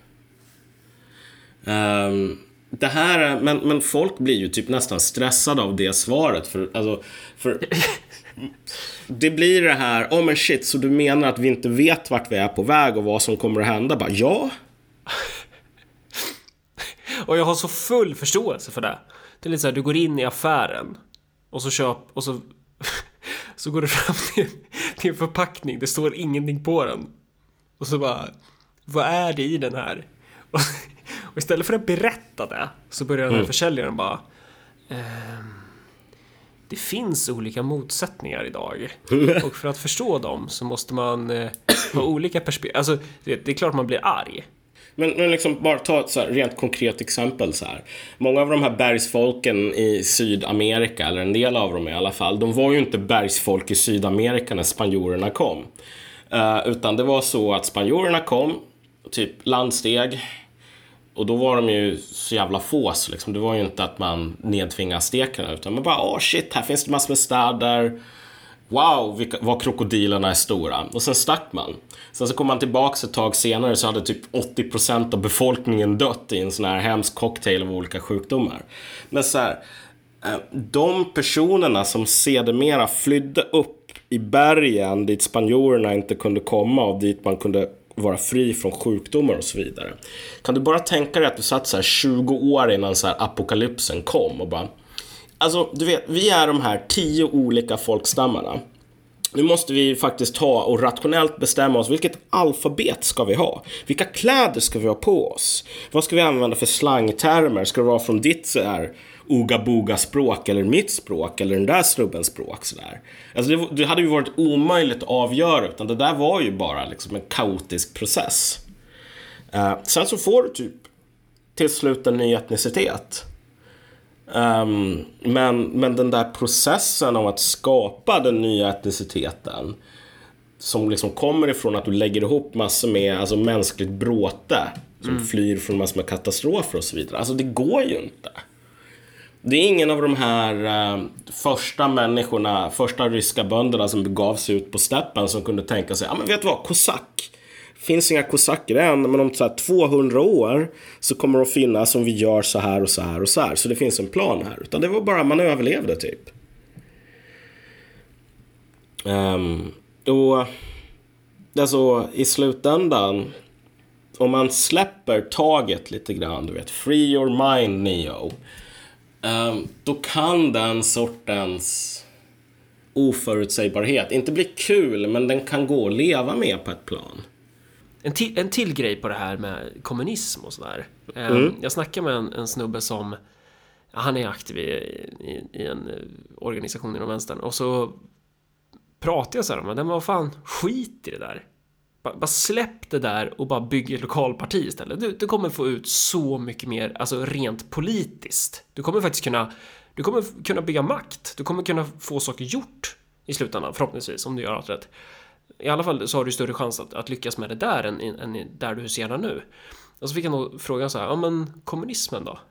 Speaker 1: Det här, men folk blir ju typ nästan stressade av det svaret. För det blir det här, men shit, så du menar att vi inte vet vart vi är på väg och vad som kommer att hända? Bara, ja.
Speaker 2: Och jag har så full förståelse för det. Det är lite så här, du går in i affären och så går du fram till en förpackning. Det står ingenting på den. Och så bara, vad är det i den här? Och istället för att berätta det så börjar den här försäljaren bara, det finns olika motsättningar idag. Och för att förstå dem så måste man ha olika perspektiv. Alltså, det är klart man blir arg.
Speaker 1: Men liksom bara ta ett så här rent konkret exempel så här. Många av de här bergsfolken i Sydamerika, eller en del av dem i alla fall, de var ju inte bergsfolk i Sydamerika när spanjorerna kom. Utan det var så att spanjorerna kom, typ landsteg, och då var de ju så jävla få så liksom. Det var ju inte att man nedtvingade stekarna, utan man bara, shit, här finns det massor med städer. Wow, vad krokodilerna är stora. Och sen stack man. Sen så kom man tillbaka ett tag senare, så hade typ 80% av befolkningen dött i en sån här hemsk cocktail av olika sjukdomar. Men så här, de personerna som sedermera flydde upp i bergen dit spanjorerna inte kunde komma och dit man kunde vara fri från sjukdomar och så vidare. Kan du bara tänka dig att du satt så här 20 år innan så här apokalypsen kom och bara, alltså du vet, vi är de här 10 olika folkstammarna. Nu måste vi faktiskt ta och rationellt bestämma oss, vilket alfabet ska vi ha? Vilka kläder ska vi ha på oss? Vad ska vi använda för slangtermer? Ska det vara från ditt så här oga-boga språk eller mitt språk eller den där snubbens språk så där? Alltså det hade ju varit omöjligt att avgöra, utan det där var ju bara liksom en kaotisk process. Sen så får du typ till slut en ny etnicitet. Men den där processen av att skapa den nya etniciteten, som liksom kommer ifrån att du lägger ihop massor med alltså mänskligt bråte som flyr från massor med katastrofer och så vidare. Alltså det går ju inte. Det är ingen av de här första människorna, första ryska bönderna som begav sig ut på steppen som kunde tänka sig, ja men vet du vad, kosack. Finns inga kosacker än, men om så här 200 år så kommer det att finnas som vi gör så här och så här och så här. Så det finns en plan här. Utan det var bara man överlevde typ. Och alltså i slutändan, om man släpper taget lite grann, du vet, free your mind Neo, då kan den sortens oförutsägbarhet inte bli kul, men den kan gå att leva med på ett plan.
Speaker 2: En till grej på det här med kommunism och sådär. Jag snackade med en snubbe som, han är aktiv i en organisation inom vänstern, och så pratade jag så här, men vad fan, skit i det där. Bara släpp det där och bara bygg ett lokalparti istället. Du kommer få ut så mycket mer, alltså rent politiskt. Du kommer faktiskt kunna bygga makt. Du kommer kunna få saker gjort i slutändan, förhoppningsvis, om du gör allt rätt. I alla fall så har du större chans att lyckas med det där än där du ser det nu. Och så fick jag nog frågan så här, ja men kommunismen då?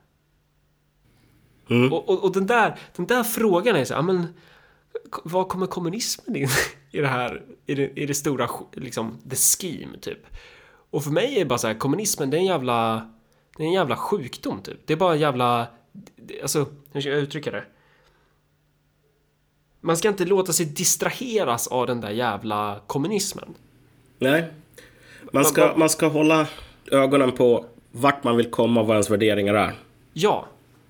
Speaker 2: Och den där frågan är så här, ja men vad kommer kommunismen in i det här, i det stora liksom the scheme typ? Och för mig är det bara så här, kommunismen det är en jävla sjukdom typ. Det är bara en jävla, alltså hur ska jag uttrycka det? Man ska inte låta sig distraheras av den där jävla kommunismen.
Speaker 1: Nej. Man ska hålla ögonen på vart man vill komma och vad ens värderingar är.
Speaker 2: Ja.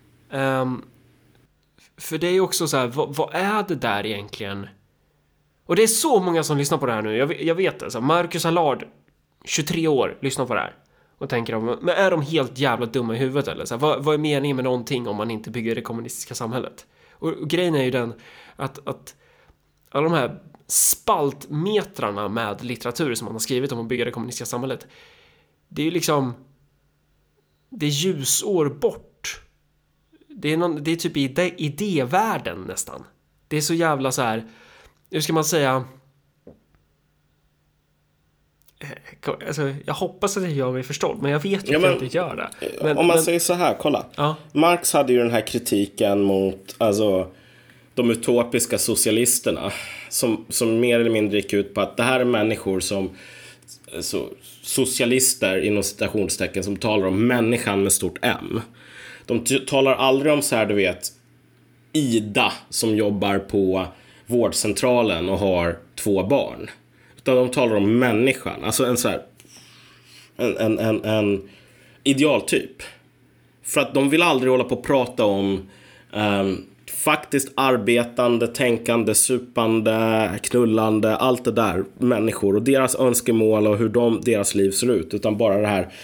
Speaker 2: För det är också så här, vad är det där egentligen? Och det är så många som lyssnar på det här nu. Jag vet det. Så Marcus Allard, 23 år, lyssnar på det här. Och tänker, men är de helt jävla dumma i huvudet eller? Så här, vad är meningen med någonting om man inte bygger det kommunistiska samhället? Och grejen är ju den att alla de här spaltmetrarna med litteratur som man har skrivit om att bygga det kommunistiska samhället, det är ju liksom, det är ljusår bort. Det är typ i idévärlden nästan. Det är så jävla så här, hur ska man säga, alltså, jag hoppas att jag gör mig förstådd, men jag vet ju att jag inte gör det.
Speaker 1: Om man säger så här, kolla. Ja. Marx hade ju den här kritiken mot alltså de utopiska socialisterna som mer eller mindre gick ut på att det här är människor som socialister inom citationstecken som talar om människan med stort M. De talar aldrig om så här, du vet, Ida som jobbar på vårdcentralen och har 2 barn. Utan de talar om människan, alltså en så här en idealtyp. För att de vill aldrig hålla på att prata om faktiskt arbetande, tänkande, supande, knullande, allt det där människor och deras önskemål och hur deras liv ser ut, utan bara det här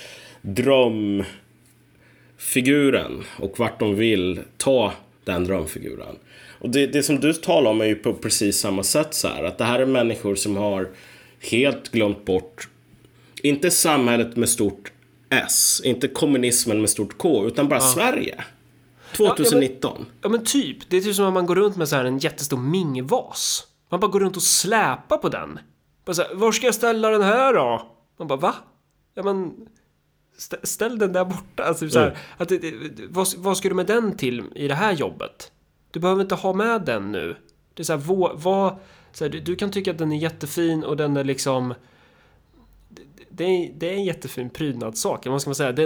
Speaker 1: drömfiguren och vart de vill ta den drömfiguren. Och det som du talar om är ju på precis samma sätt så här, att det här är människor som har helt glömt bort, inte samhället med stort S, inte kommunismen med stort K, utan bara Sverige 2019.
Speaker 2: Ja men typ, det är typ som att man går runt med så här en jättestor Ming-vas. Man bara går runt och släpar på den. Bara så här, var ska jag ställa den här då? Man bara, va? Ja men ställ den där borta. Alltså, så här, att vad ska du med den till i det här jobbet? Du behöver inte ha med den nu. Det är så här, så här, du kan tycka att den är jättefin och den är liksom, det är en jättefin prydnadssak. Vad ska man säga?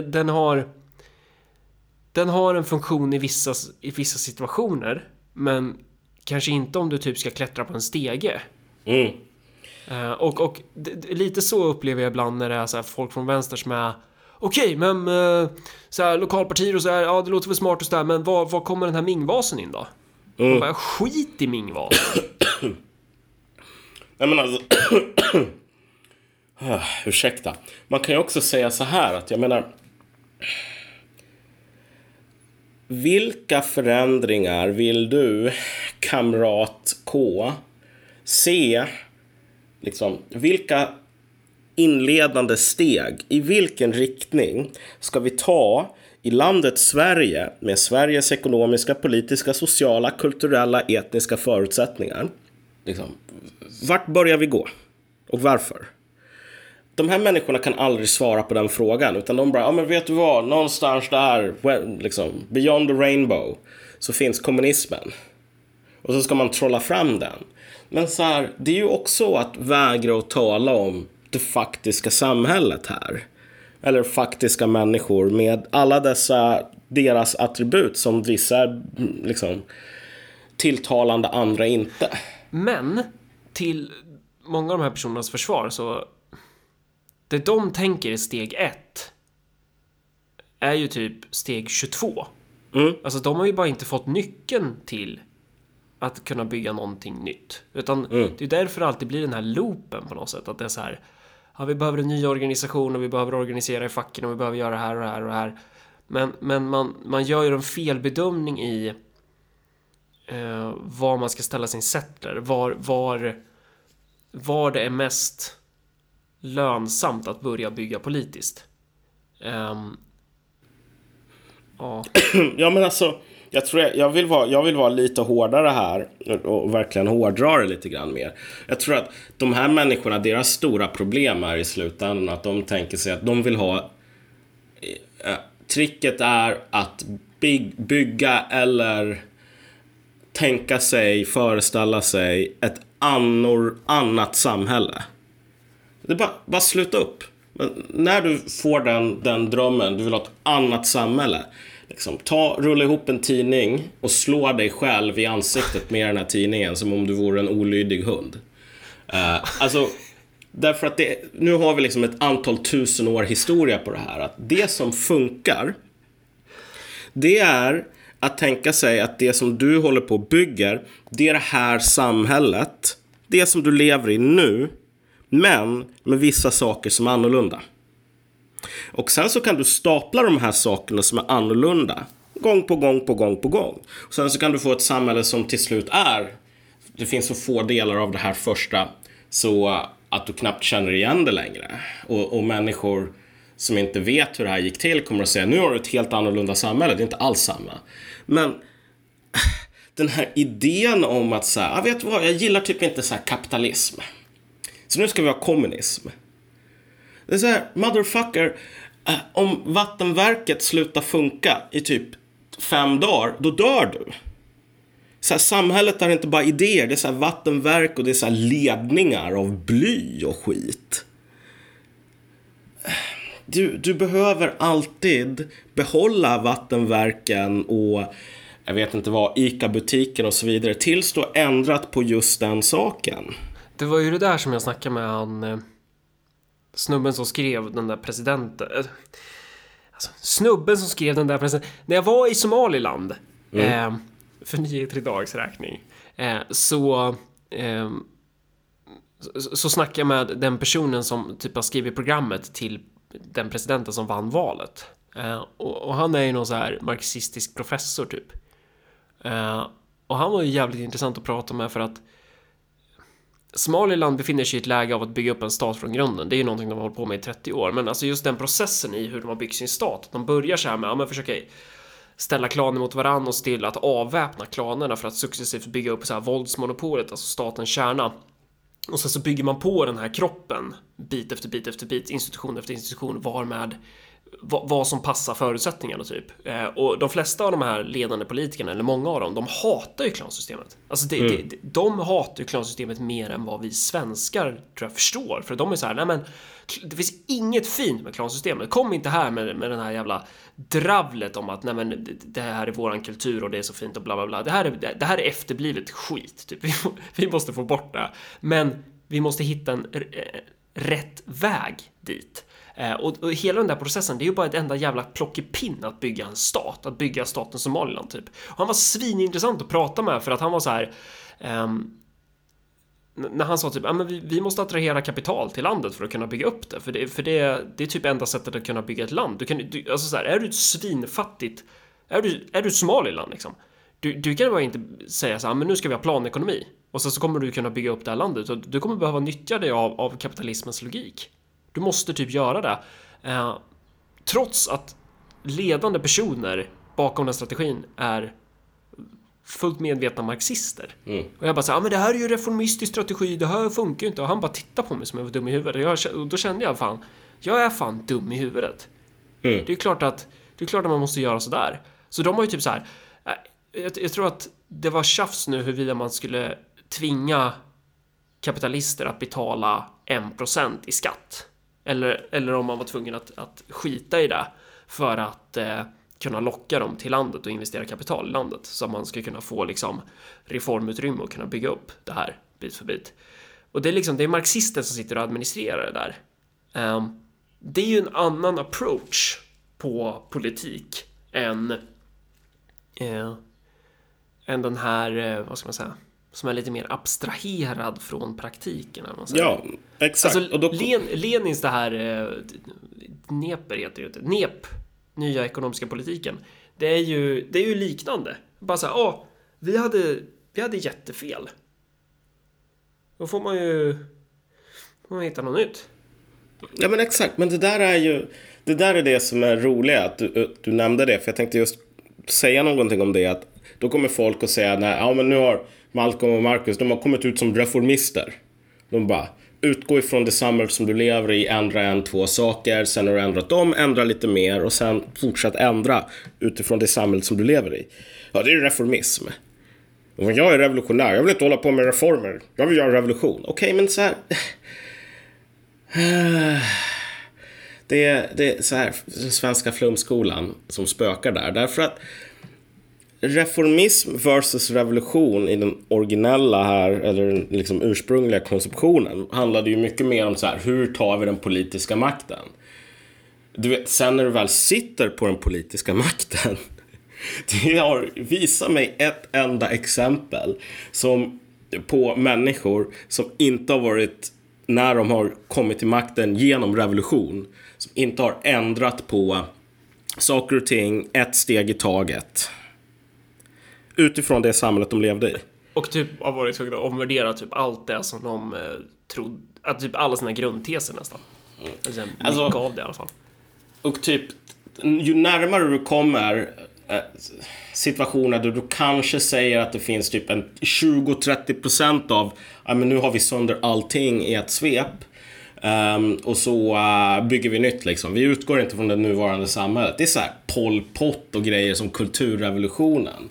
Speaker 2: Den har en funktion i vissa situationer, men kanske inte om du typ ska klättra på en stege. Och lite så upplever jag ibland när det är så här folk från vänster som är okej, men så här, lokalpartier och så här, ja det låter väl smart och så där, men var kommer den här Ming-vasen in då? Man bara, skit i Ming-vapen.
Speaker 1: Nej men alltså... ursäkta. Man kan ju också säga så här att jag menar... Vilka förändringar vill du, kamrat K, se? Liksom, vilka inledande steg, i vilken riktning ska vi ta i landet Sverige med Sveriges ekonomiska, politiska, sociala, kulturella, etniska förutsättningar? Liksom, vart börjar vi gå? Och varför? De här människorna kan aldrig svara på den frågan, utan de bara, ja men vet du vad, någonstans där, liksom, beyond the rainbow, så finns kommunismen. Och så ska man trolla fram den. Men så här, det är ju också att vägra att tala om det faktiska samhället här. Eller faktiska människor med alla deras attribut som vissa liksom tilltalande, andra inte.
Speaker 2: Men till många av de här personernas försvar så det de tänker är steg 1 är ju typ steg 22. Alltså de har ju bara inte fått nyckeln till att kunna bygga någonting nytt. Utan det är därför det alltid blir den här loopen på något sätt. Att det är så här, ja, vi behöver en ny organisation och vi behöver organisera i facken och vi behöver göra det här och det här och det här. Men man gör ju en felbedömning i var man ska ställa sin settler. Var det är mest lönsamt att börja bygga politiskt. Ja.
Speaker 1: Ja men alltså, jag vill vara lite hårdare här och verkligen hårdra det lite grann mer. Jag tror att de här människorna, deras stora problem är i slutändan att de tänker sig att de vill ha tricket är att bygga eller tänka sig, föreställa sig ett annat samhälle. Det är bara sluta upp. Men när du får den drömmen, du vill ha ett annat samhälle. Liksom, rulla ihop en tidning och slå dig själv i ansiktet med den här tidningen som om du vore en olydig hund. Alltså, därför att nu har vi liksom ett antal tusen år historia på det här. Att det som funkar, det är att tänka sig att det som du håller på och bygger, det är det här samhället, det som du lever i nu, men med vissa saker som är annorlunda. Och sen så kan du stapla de här sakerna som är annorlunda gång på gång på gång på gång. Och sen så kan du få ett samhälle som till slut det finns så få delar av det här första så att du knappt känner igen det längre. Och människor som inte vet hur det här gick till kommer att säga, nu har du ett helt annorlunda samhälle, det är inte alls samma. Men den här idén om att så här, vet du vad, jag gillar typ inte så här kapitalism. Så nu ska vi ha kommunism. Det är så här, motherfucker, om vattenverket slutar funka i typ 5 dagar, då dör du. Så här, samhället är inte bara idéer, det är så här vattenverk och det är så här ledningar av bly och skit. Du behöver alltid behålla vattenverken och jag vet inte vad, ICA-butiken och så vidare tills du har ändrat på just den saken.
Speaker 2: Det var ju det där som jag snackade med snubben som skrev den där presidenten. Alltså, snubben som skrev den där presidenten. När jag var i Somaliland för 9 dags räkning så snackade jag med den personen som typ har skrivit programmet till den presidenten som vann valet. Och han är ju någon så här marxistisk professor typ. Och han var ju jävligt intressant att prata med för att Somaliland befinner sig i ett läge av att bygga upp en stat från grunden. Det är ju någonting de har hållit på med i 30 år. Men alltså just den processen i hur de har byggt sin stat. De börjar så här med att försöka ställa klaner mot varann och till att avväpna klanerna för att successivt bygga upp så här våldsmonopolet, alltså statens kärna. Och sen så bygger man på den här kroppen bit efter bit efter bit, institution efter institution, vad som passar förutsättningarna typ. Och de flesta av de här ledande politikerna, eller många av dem, de hatar ju klansystemet. Alltså de hatar ju klansystemet mer än vad vi svenskar tror jag förstår. För de är så här, nej men det finns inget fint med klansystemet. Kom inte här med den här jävla dravlet om att nej men det här är våran kultur och det är så fint och bla bla bla. Det här är efterblivet skit typ. Vi måste få bort det. Men vi måste hitta en rätt väg dit. Och hela den där processen, det är ju bara ett enda jävla plockepinn att bygga en stat, att bygga staten Somaliland typ. Och han var svinintressant att prata med, för att han var så här, när han sa typ, men vi måste attrahera kapital till landet för att kunna bygga upp det, för det är typ enda sättet att kunna bygga ett land. Alltså så här, är du ett svinfattigt, är du Somaliland liksom, du kan bara inte säga så här, men nu ska vi ha planekonomi och så kommer du kunna bygga upp det här landet, och du kommer behöva nyttja det av kapitalismens logik. Du måste typ göra det, trots att ledande personer bakom den strategin är fullt medvetna marxister. Och jag bara så men det här är ju reformistisk strategi, det här funkar ju inte. Och han bara tittar på mig som jag var dum i huvudet. Och då kände jag, fan, jag är fan dum i huvudet. Det är klart att man måste göra så där. Så de har ju typ så här, jag tror att det var tjafs nu huruvida man skulle tvinga kapitalister att betala 1% i skatt. Eller om man var tvungen att skita i det för att kunna locka dem till landet och investera kapital i landet, så att man ska kunna få liksom reformutrymme och kunna bygga upp det här bit för bit. Och det är liksom, det är marxister som sitter och administrerar det där. Det är ju en annan approach på politik än den här, vad ska man säga, som är lite mer abstraherad från praktiken.
Speaker 1: Ja, exakt.
Speaker 2: Alltså,
Speaker 1: och då...
Speaker 2: Lenins det här NEPer heter det, NEP, nya ekonomiska politiken, det är ju liknande. Bara så här, vi hade jättefel. Då får man ju hitta något nytt.
Speaker 1: Ja, men exakt, men det där är det som är roligt att du nämnde det, för jag tänkte just säga någonting om det, att då kommer folk att säga, nej, men nu har Malcolm och Marcus, de har kommit ut som reformister. De bara, utgå ifrån det samhälle som du lever i, ändra 2 saker, sen har du ändrat dem, ändra lite mer och sen fortsätt ändra utifrån det samhälle som du lever i. Ja, det är reformism. Och jag är revolutionär, jag vill inte hålla på med reformer, jag vill göra revolution. Okej, men så här... Det är så här, den svenska flumskolan som spökar där, därför att reformism versus revolution i den originella här, eller den liksom ursprungliga konceptionen, handlade ju mycket mer om så här, hur tar vi den politiska makten? Du vet, sen när du väl sitter på den politiska makten, det har visat mig ett enda exempel som på människor som inte har varit, när de har kommit till makten genom revolution, som inte har ändrat på saker och ting ett steg i taget utifrån det samhället de levde i.
Speaker 2: Och typ har varit tvungna att omvärdera typ allt det som de trodde, att typ alla sina grundteser nästan. Alltså, mycket av det i alla fall. Och
Speaker 1: typ, ju närmare du kommer situationer där du kanske säger att det finns typ en 20-30% av, men nu har vi sönder allting i ett svep. Och så bygger vi nytt liksom. Vi utgår inte från det nuvarande samhället. Det är så här Pol Pot och grejer som kulturrevolutionen.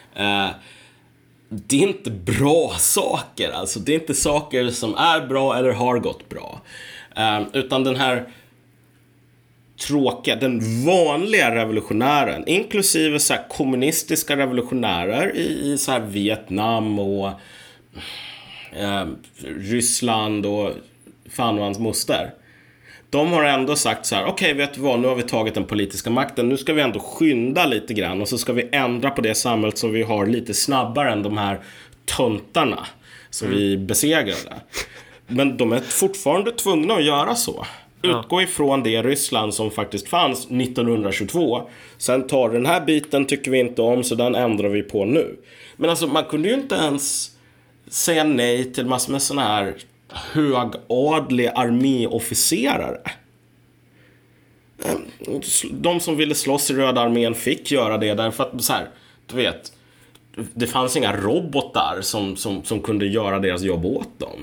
Speaker 1: Det är inte bra saker, alltså. Det är inte saker som är bra eller har gått bra. Utan den här tråkiga, den vanliga revolutionären, inklusive så här kommunistiska revolutionärer i så här Vietnam och Ryssland och fan och hans moster. De har ändå sagt så här: okej, vet du vad, nu har vi tagit den politiska makten, nu ska vi ändå skynda lite grann och så ska vi ändra på det samhället som vi har lite snabbare än de här töntarna som vi besegrade. Men de är fortfarande tvungna att göra så. Utgå ifrån det Ryssland som faktiskt fanns 1922. Sen tar den här biten, tycker vi inte om, så den ändrar vi på nu. Men alltså, man kunde ju inte ens säga nej till massor med såna här högadliga arméofficerare. De som ville slåss i Röda armén fick göra det därför att så här, du vet, det fanns inga robotar som kunde göra deras jobb åt dem.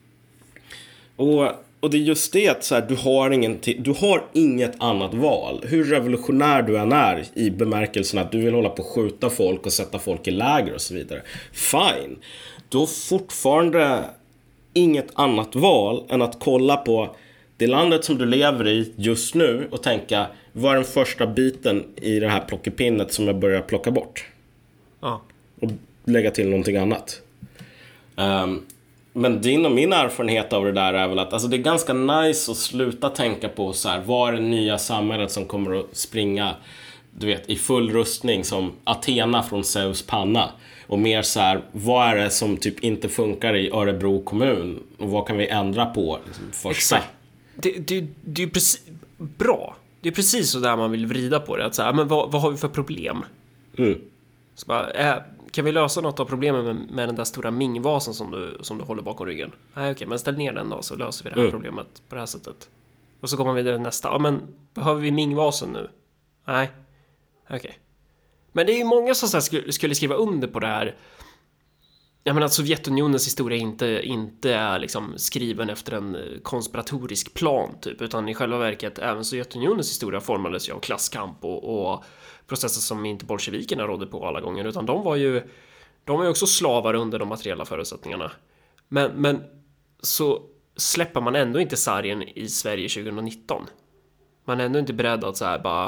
Speaker 1: Och det är just det att så här, du har inget annat val. Hur revolutionär du än är i bemärkelsen att du vill hålla på att skjuta folk och sätta folk i läger och så vidare. Fine. Du har fortfarande inget annat val än att kolla på det landet som du lever i just nu och tänka, vad är den första biten i det här plockepinnet som jag börjar plocka bort? Och lägga till någonting annat. Men din och min erfarenhet av det där är väl att alltså det är ganska nice att sluta tänka på så här, vad är det nya samhället som kommer att springa, du vet, i full rustning som Athena från Zeus panna. Och mer så här, vad är det som typ inte funkar i Örebro kommun? Och vad kan vi ändra på liksom, första?
Speaker 2: Exakt. Det är precis bra. Det är precis så där man vill vrida på det. Att så här, men vad har vi för problem? Så bara, kan vi lösa något av problemen med den där stora Ming-vasen som du håller bakom ryggen? Nej, okej, men ställ ner den då så löser vi det här problemet på det här sättet. Och så kommer vi vidare nästa. Ja, men behöver vi Ming-vasen nu? Nej. Okej. Men det är ju många som så här skulle skriva under på det här. Jag menar att Sovjetunionens historia inte är liksom skriven efter en konspiratorisk plan typ, utan i själva verket även Sovjetunionens historia formades ju av klasskamp och processer som inte bolsjevikerna rådde på alla gånger, utan de var ju också slavar under de materiella förutsättningarna. Men så släpper man ändå inte sargen i Sverige 2019. Man är ändå inte beredd att så här bara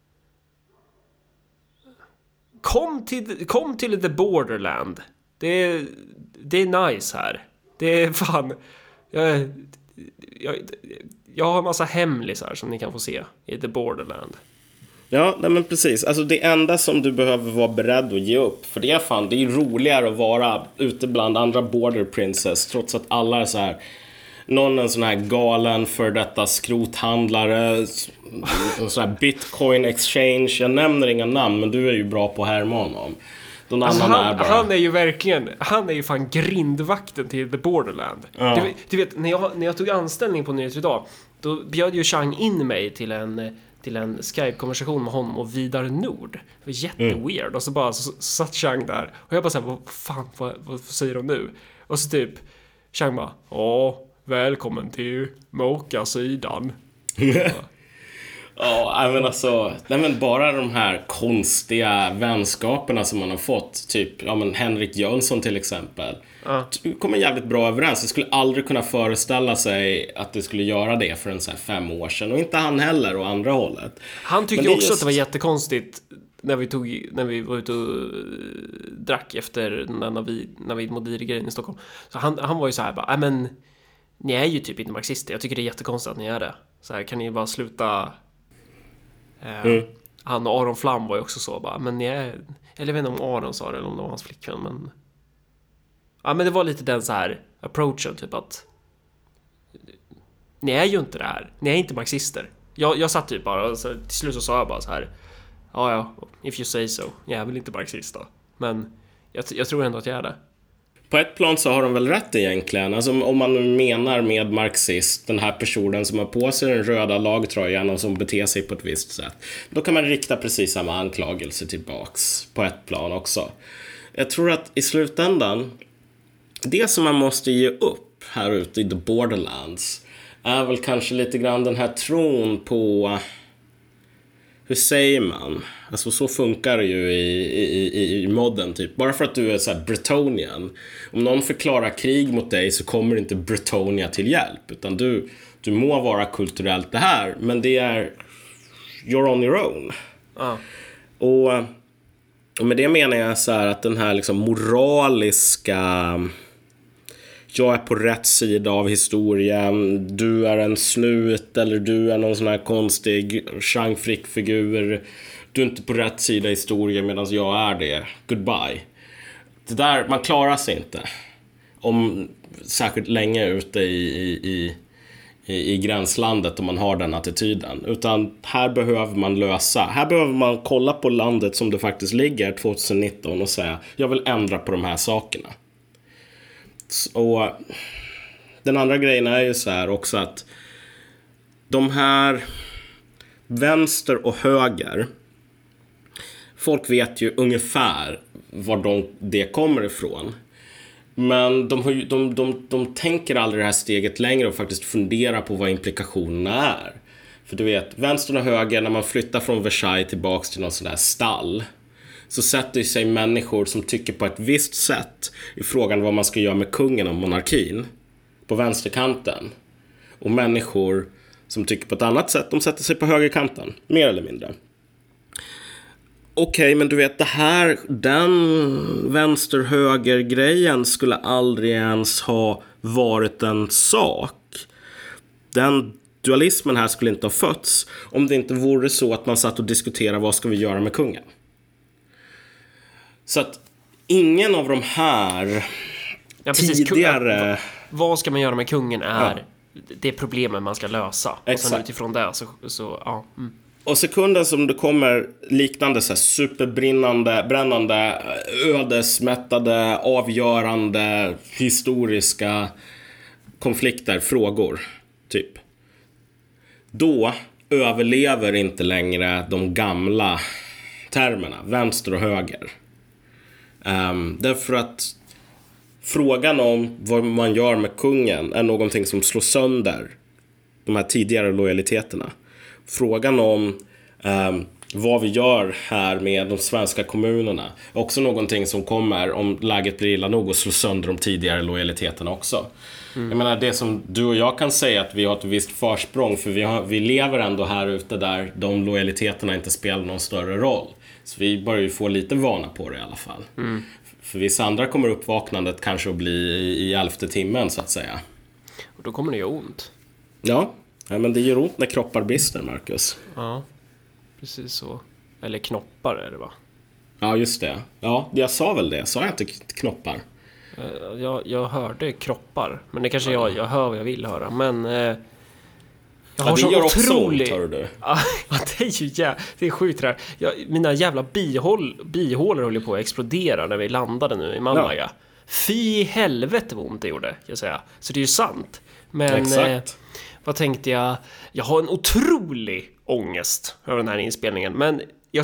Speaker 2: kom till the borderland. Det är nice här. Det är fan jag har en massa hemlisar som ni kan få se i the borderland.
Speaker 1: Ja, nej men precis. Alltså det enda som du behöver vara beredd att ge upp, för det är roligare att vara ute bland andra border princess, trots att alla är så här, någon en sån här galen för detta skrothandlare, sån här bitcoin exchange, jag nämner inga namn, men du är ju bra på att härma honom.
Speaker 2: Alltså han är ju fan grindvakten till the borderland. Ja. Du vet, när jag tog anställning på Nyheter idag, då bjöd ju Chang in mig till en Skype-konversation med honom och Vidar Nord. Det var jätteweird. Och så bara så satt Chang där. Och jag bara såhär, vad säger de nu? Och så typ Chang bara, välkommen till Moka-sidan.
Speaker 1: Ja, men alltså, men bara de här konstiga vänskaperna som man har fått, typ, men Henrik Jönsson till exempel. Du kommer jävligt bra överens. Jag skulle aldrig kunna föreställa sig att det skulle göra det för en så här 5 år sedan. Och inte han heller, och andra hållet.
Speaker 2: Han tyckte också att det var jättekonstigt när vi var ute och drack efter den där Navid Modiri-grejen i Stockholm. Så han var ju så här bara, men ni är ju typ inte marxister. Jag tycker det är jättekonstigt att ni är det. Så här, kan ni bara sluta. Han och Aron Flam var ju också så bara, men ni är, eller jag vet inte om Aron sa det eller om det var hans flickvän, men men det var lite den så här approachen, typ att ni är ju inte det här, ni är inte marxister. Jag satt typ bara och så, till slut så sa jag bara så här, ja, if you say so, jag är väl inte marxist då, men jag tror ändå att jag är det.
Speaker 1: På ett plan så har de väl rätt egentligen. Alltså om man menar med marxist den här personen som har på sig den röda lagtröjan och som beter sig på ett visst sätt, då kan man rikta precis samma anklagelse tillbaks på ett plan också. Jag tror att i slutändan, det som man måste ge upp här ute i the borderlands är väl kanske lite grann den här tron på, hur säger man? Alltså så funkar det ju i modden typ. Bara för att du är så här Bretonian, om någon förklarar krig mot dig så kommer inte Bretonia till hjälp, utan du må vara kulturellt det här, men det är you're on your own. Och med det menar jag så här att den här liksom moraliska, jag är på rätt sida av historien, du är en snut, eller du är någon sån här konstig Jean Frick-figur, du är inte på rätt sida i historien medan jag är det, goodbye. Det där, man klarar sig inte om särskilt länge ute i gränslandet om man har den attityden, utan här behöver man kolla på landet som det faktiskt ligger 2019 och säga, jag vill ändra på de här sakerna. Och den andra grejen är ju så här också att de här vänster och höger, folk vet ju ungefär var det kommer ifrån. Men de tänker aldrig det här steget längre och faktiskt funderar på vad implikationerna är. För du vet, vänster och höger, när man flyttar från Versailles tillbaks till någon sån där stall, så sätter sig människor som tycker på ett visst sätt i frågan vad man ska göra med kungen och monarkin på vänsterkanten. Och människor som tycker på ett annat sätt, de sätter sig på högerkanten, mer eller mindre. Okej, men du vet, den vänster-höger-grejen skulle aldrig ens ha varit en sak. Den dualismen här skulle inte ha fötts om det inte vore så att man satt och diskuterade vad ska vi göra med kungen. Så att ingen av de här tidigare...
Speaker 2: Vad ska man göra med kungen är det problemet man ska lösa.
Speaker 1: Exakt.
Speaker 2: Och sen utifrån det så.
Speaker 1: Och sekunden som det kommer liknande så här brännande, ödesmättade, avgörande, historiska konflikter, frågor, typ. Då överlever inte längre de gamla termerna, vänster och höger. Därför att frågan om vad man gör med kungen är någonting som slår sönder de här tidigare lojaliteterna. Frågan om vad vi gör här med de svenska kommunerna är också någonting som kommer, om läget blir illa nog, och slå sönder de tidigare lojaliteterna också. Jag menar, det som du och jag kan säga att vi har ett visst försprång, för vi lever ändå här ute där de lojaliteterna inte spelar någon större roll. Så vi börjar ju få lite vana på det i alla fall. För vissa andra kommer uppvaknandet kanske att bli i 11:e timmen så att säga.
Speaker 2: Och då kommer det göra ont.
Speaker 1: Ja, men det gör ont när kroppar brister, Marcus.
Speaker 2: Ja, precis så. Eller knoppar är det, va?
Speaker 1: Ja, just det. Ja, jag sa väl det. Sa jag inte knoppar?
Speaker 2: Jag hörde kroppar. Men det kanske jag hör vad jag vill höra. Men jag har så otroligt...
Speaker 1: hör du.
Speaker 2: Ja, det är ju det är sjukt det här. Mina jävla bihålor håller på att explodera när vi landade nu i Malaga. Ja. Fy helvete vad ont det gjorde, kan jag säga. Så det är ju sant. Men vad tänkte jag? Jag har en otrolig ångest över den här inspelningen. Men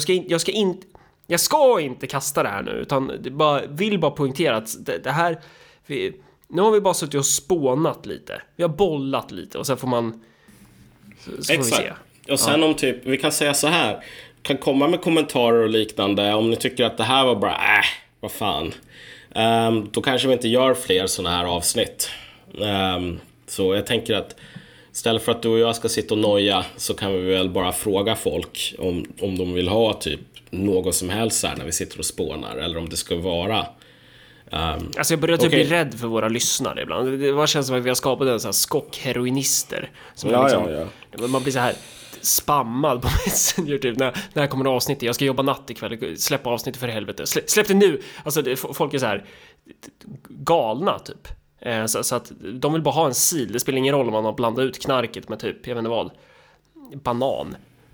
Speaker 2: jag ska inte kasta det här nu, utan vill bara poängtera att det här... Nu har vi bara suttit och spånat lite. Vi har bollat lite och sen får man... Så
Speaker 1: exakt.
Speaker 2: får vi se.
Speaker 1: Och sen om typ, vi kan säga så här, kan komma med kommentarer och liknande om ni tycker att det här var bara, vad fan. Då kanske vi inte gör fler såna här avsnitt. Så jag tänker att istället för att du och jag ska sitta och noja, så kan vi väl bara fråga folk om de vill ha typ något som helst här när vi sitter och spånar, eller om det ska vara.
Speaker 2: Alltså jag börjar typ bli rädd för våra lyssnare ibland. Det känns som att vi har skapat en sån här skockheroinister som man blir så här spammad på Messenger typ när kommer det avsnitt. Jag ska jobba natt ikväll, släppa avsnittet för helvete. Släpp det nu. Alltså folk är så här galna typ. Så att de vill bara ha en sil. Det spelar ingen roll om man har blandat ut knarket med typ, jag vet inte vad, banan.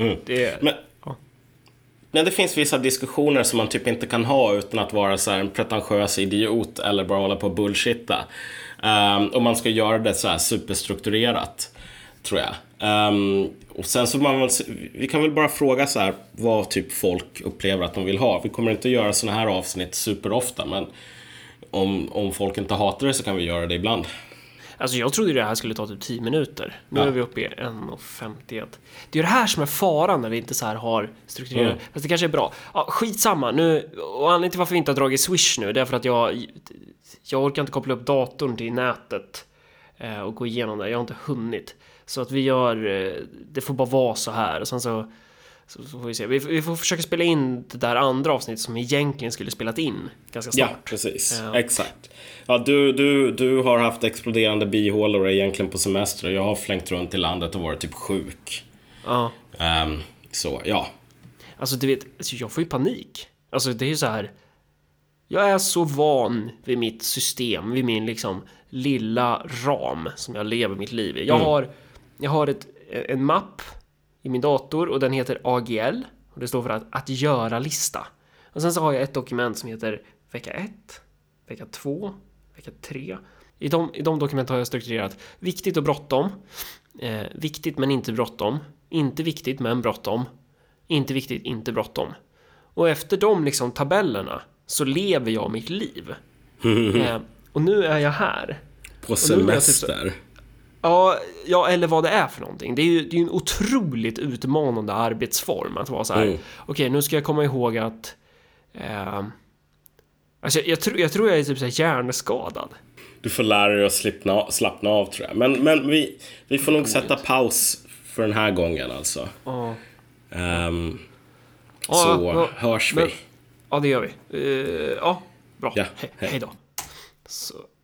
Speaker 1: Men det finns vissa diskussioner som man typ inte kan ha utan att vara så här en pretentiös idiot eller bara hålla på och bullshitta. Och man ska göra det så här superstrukturerat, tror jag. Och sen så vi kan väl bara fråga så här vad typ folk upplever att de vill ha. Vi kommer inte göra såna här avsnitt superofta, men om folk inte hatar det så kan vi göra det ibland.
Speaker 2: Alltså jag trodde det här skulle ta typ 10 minuter. Nu är vi uppe i 1:51. Det är ju det här som är faran när vi inte så här har strukturerat. Fast det kanske är bra. Ja, skitsamma. Nu, och anledningen till varför vi inte har dragit Swish nu, det är för att jag orkar inte koppla upp datorn till nätet och gå igenom det. Jag har inte hunnit. Så att vi gör, det får bara vara så här. Och sen så får vi se. Vi får försöka spela in det där andra avsnittet som egentligen skulle spelat in ganska snart.
Speaker 1: Ja, precis. Exakt. Ja, du har haft exploderande bihålor och är egentligen på semester, och jag har flängt runt i landet och varit typ sjuk.
Speaker 2: Ja.
Speaker 1: Så, ja.
Speaker 2: Alltså du vet, jag får ju panik. Alltså det är ju så här. Jag är så van vid mitt system, vid min liksom lilla ram som jag lever mitt liv i. Jag har en mapp i min dator och den heter AGL och det står för att göra lista. Och sen så har jag ett dokument som heter vecka 1, vecka 2, vecka 3. I de dokument har jag strukturerat viktigt och bråttom, viktigt men inte bråttom, inte viktigt men bråttom, inte viktigt, inte bråttom. Och efter de liksom tabellerna så lever jag mitt liv. Och nu är jag här.
Speaker 1: På semester.
Speaker 2: Ja, eller vad det är för någonting. Det är ju en otroligt utmanande arbetsform att vara så här. Okej, nu ska jag komma ihåg att alltså jag tror jag är typ så här hjärnskadad. Du får lära dig att slappna av, tror jag. Men vi får nog sätta paus för den här gången alltså. Så hörs vi. Ja, det gör vi. Ja, bra. Hej då. Så